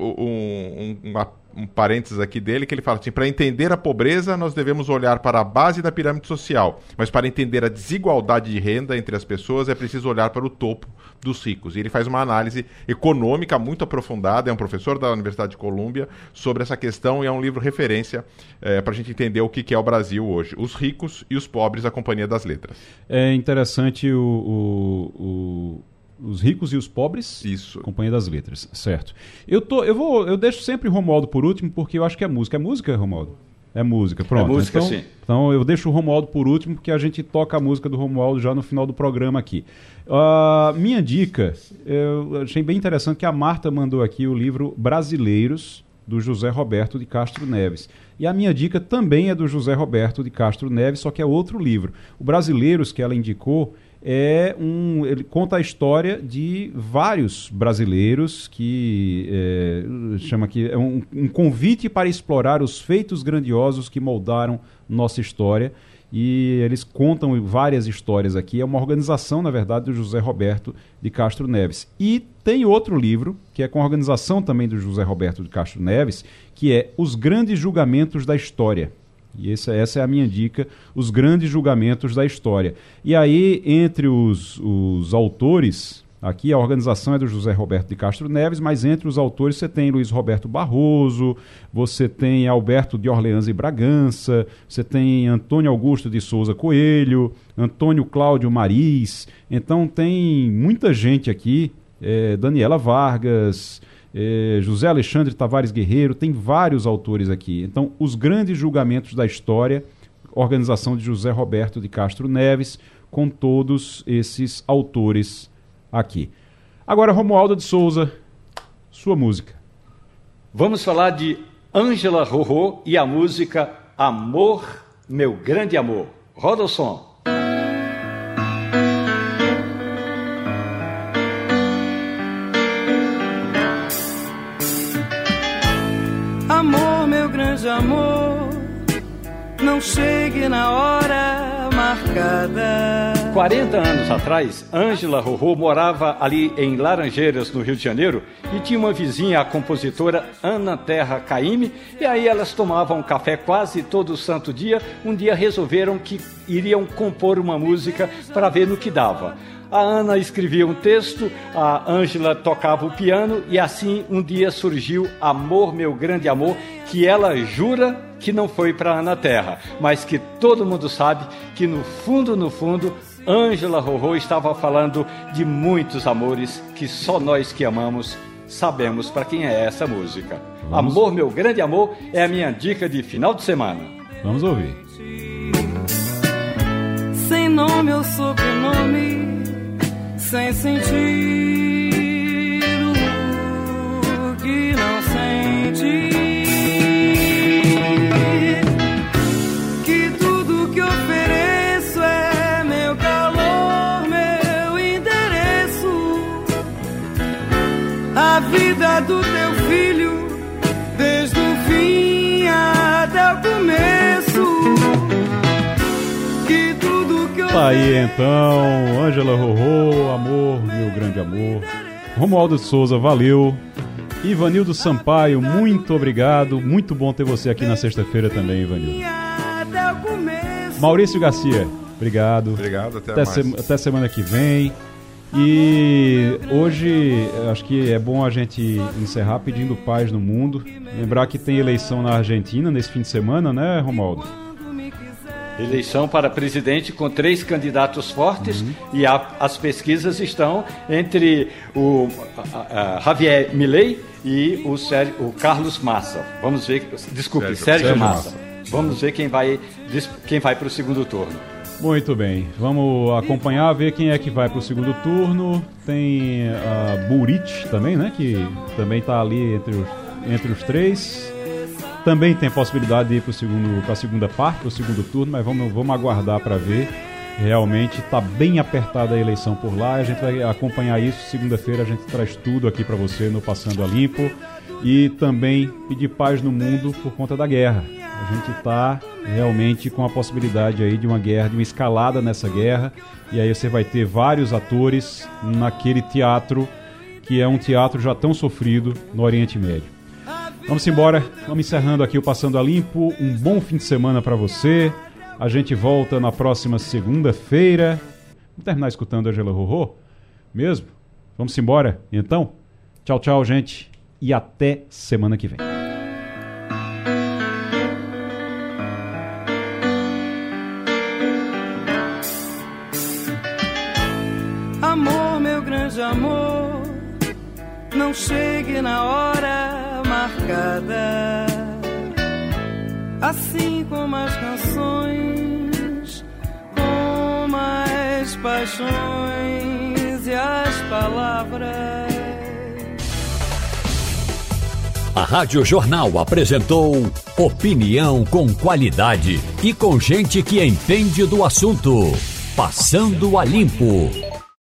um, um, uma um parênteses aqui dele, que ele fala assim, para entender a pobreza, nós devemos olhar para a base da pirâmide social, mas para entender a desigualdade de renda entre as pessoas, é preciso olhar para o topo dos ricos. E ele faz uma análise econômica muito aprofundada, é um professor da Universidade de Colômbia, sobre essa questão, e é um livro referência é, para a gente entender o que, que é o Brasil hoje. Os ricos e os pobres, a Companhia das Letras. É interessante o... o, o... Os Ricos e os Pobres, isso. Companhia das Letras, certo. Eu, tô, eu, vou, eu deixo sempre o Romualdo por último, porque eu acho que é música. É música, Romualdo? É música, pronto. É música, então, sim. Então eu deixo o Romualdo por último, porque a gente toca a música do Romualdo já no final do programa aqui. Uh, minha dica, eu achei bem interessante que a Marta mandou aqui o livro Brasileiros, do José Roberto de Castro Neves. E a minha dica também é do José Roberto de Castro Neves, só que é outro livro. O Brasileiros, que ela indicou, é um, ele conta a história de vários brasileiros que é, chama aqui, é um, um convite para explorar os feitos grandiosos que moldaram nossa história, e eles contam várias histórias aqui. É uma organização, na verdade, do José Roberto de Castro Neves. E tem outro livro, que é com a organização também do José Roberto de Castro Neves, que é Os Grandes Julgamentos da História. E essa, essa é a minha dica, Os Grandes Julgamentos da História. E aí, entre os, os autores, aqui a organização é do José Roberto de Castro Neves, mas entre os autores você tem Luiz Roberto Barroso, você tem Alberto de Orleans e Bragança, você tem Antônio Augusto de Souza Coelho, Antônio Cláudio Mariz. Então tem muita gente aqui, é, Daniela Vargas... É, José Alexandre Tavares Guerreiro, tem vários autores aqui. Então, Os Grandes Julgamentos da História, organização de José Roberto de Castro Neves, com todos esses autores aqui. Agora, Romualdo de Souza, sua música. Vamos falar de Ângela Rorô e a música Amor, Meu Grande Amor. Roda o som. Amor, meu grande amor, não chegue na hora marcada. quarenta anos atrás, Ângela Rorô morava ali em Laranjeiras, no Rio de Janeiro, e tinha uma vizinha, a compositora Ana Terra Caymmi, e aí elas tomavam café quase todo santo dia. Um dia resolveram que iriam compor uma música para ver no que dava. A Ana escrevia um texto, a Ângela tocava o piano, e assim um dia surgiu Amor, Meu Grande Amor, que ela jura que não foi para Ana Terra, mas que todo mundo sabe que no fundo, no fundo, Ângela Rorô estava falando de muitos amores que só nós que amamos sabemos para quem é essa música. Vamos. Amor, meu grande amor, é a minha dica de final de semana. Vamos ouvir. Sem nome ou sobrenome, sem sentir o que não sente. Que tudo que ofereço é meu calor, meu endereço. A vida do teu filho, desde o fim até o começo. Que tudo que eu Tá aí então, Ângela Rorô, amor, meu grande amor. Romualdo Souza, valeu. Ivanildo Sampaio, muito obrigado. Muito bom ter você aqui na sexta-feira também, Ivanildo. Maurício Garcia, obrigado. Obrigado, até, até mais. Se, até semana que vem. E hoje acho que é bom a gente encerrar pedindo paz no mundo. Lembrar que tem eleição na Argentina nesse fim de semana, né, Romualdo? Eleição para presidente com três candidatos fortes, uhum. e a, as pesquisas estão entre o a, a Javier Milei e o, Sérgio, o Carlos Massa. Vamos ver, desculpe, Sérgio, Sérgio, Sérgio Massa. Massa. Vamos ver quem vai, quem vai para o segundo turno. Muito bem, vamos acompanhar, ver quem é que vai para o segundo turno. Tem a Burit também, né, que também está ali entre os, entre os três. Também tem possibilidade de ir para segundo, a segunda parte, para o segundo turno, mas vamos, vamos aguardar para ver. Realmente está bem apertada a eleição por lá. A gente vai acompanhar isso. Segunda-feira a gente traz tudo aqui para você no Passando a Limpo. E também pedir paz no mundo por conta da guerra. A gente está realmente com a possibilidade aí de uma guerra, de uma escalada nessa guerra. E aí você vai ter vários atores naquele teatro, que é um teatro já tão sofrido no Oriente Médio. Vamos embora, vamos encerrando aqui o Passando a Limpo. Um bom fim de semana para você. A gente volta na próxima segunda-feira. Vamos terminar escutando a Ângela Rorô? Mesmo? Vamos embora? Então, tchau, tchau, gente. E até semana que vem. Amor, meu grande amor, não chegue na hora marcada, assim como as canções, como as paixões e as palavras. A Rádio Jornal apresentou opinião com qualidade e com gente que entende do assunto. Passando a Limpo.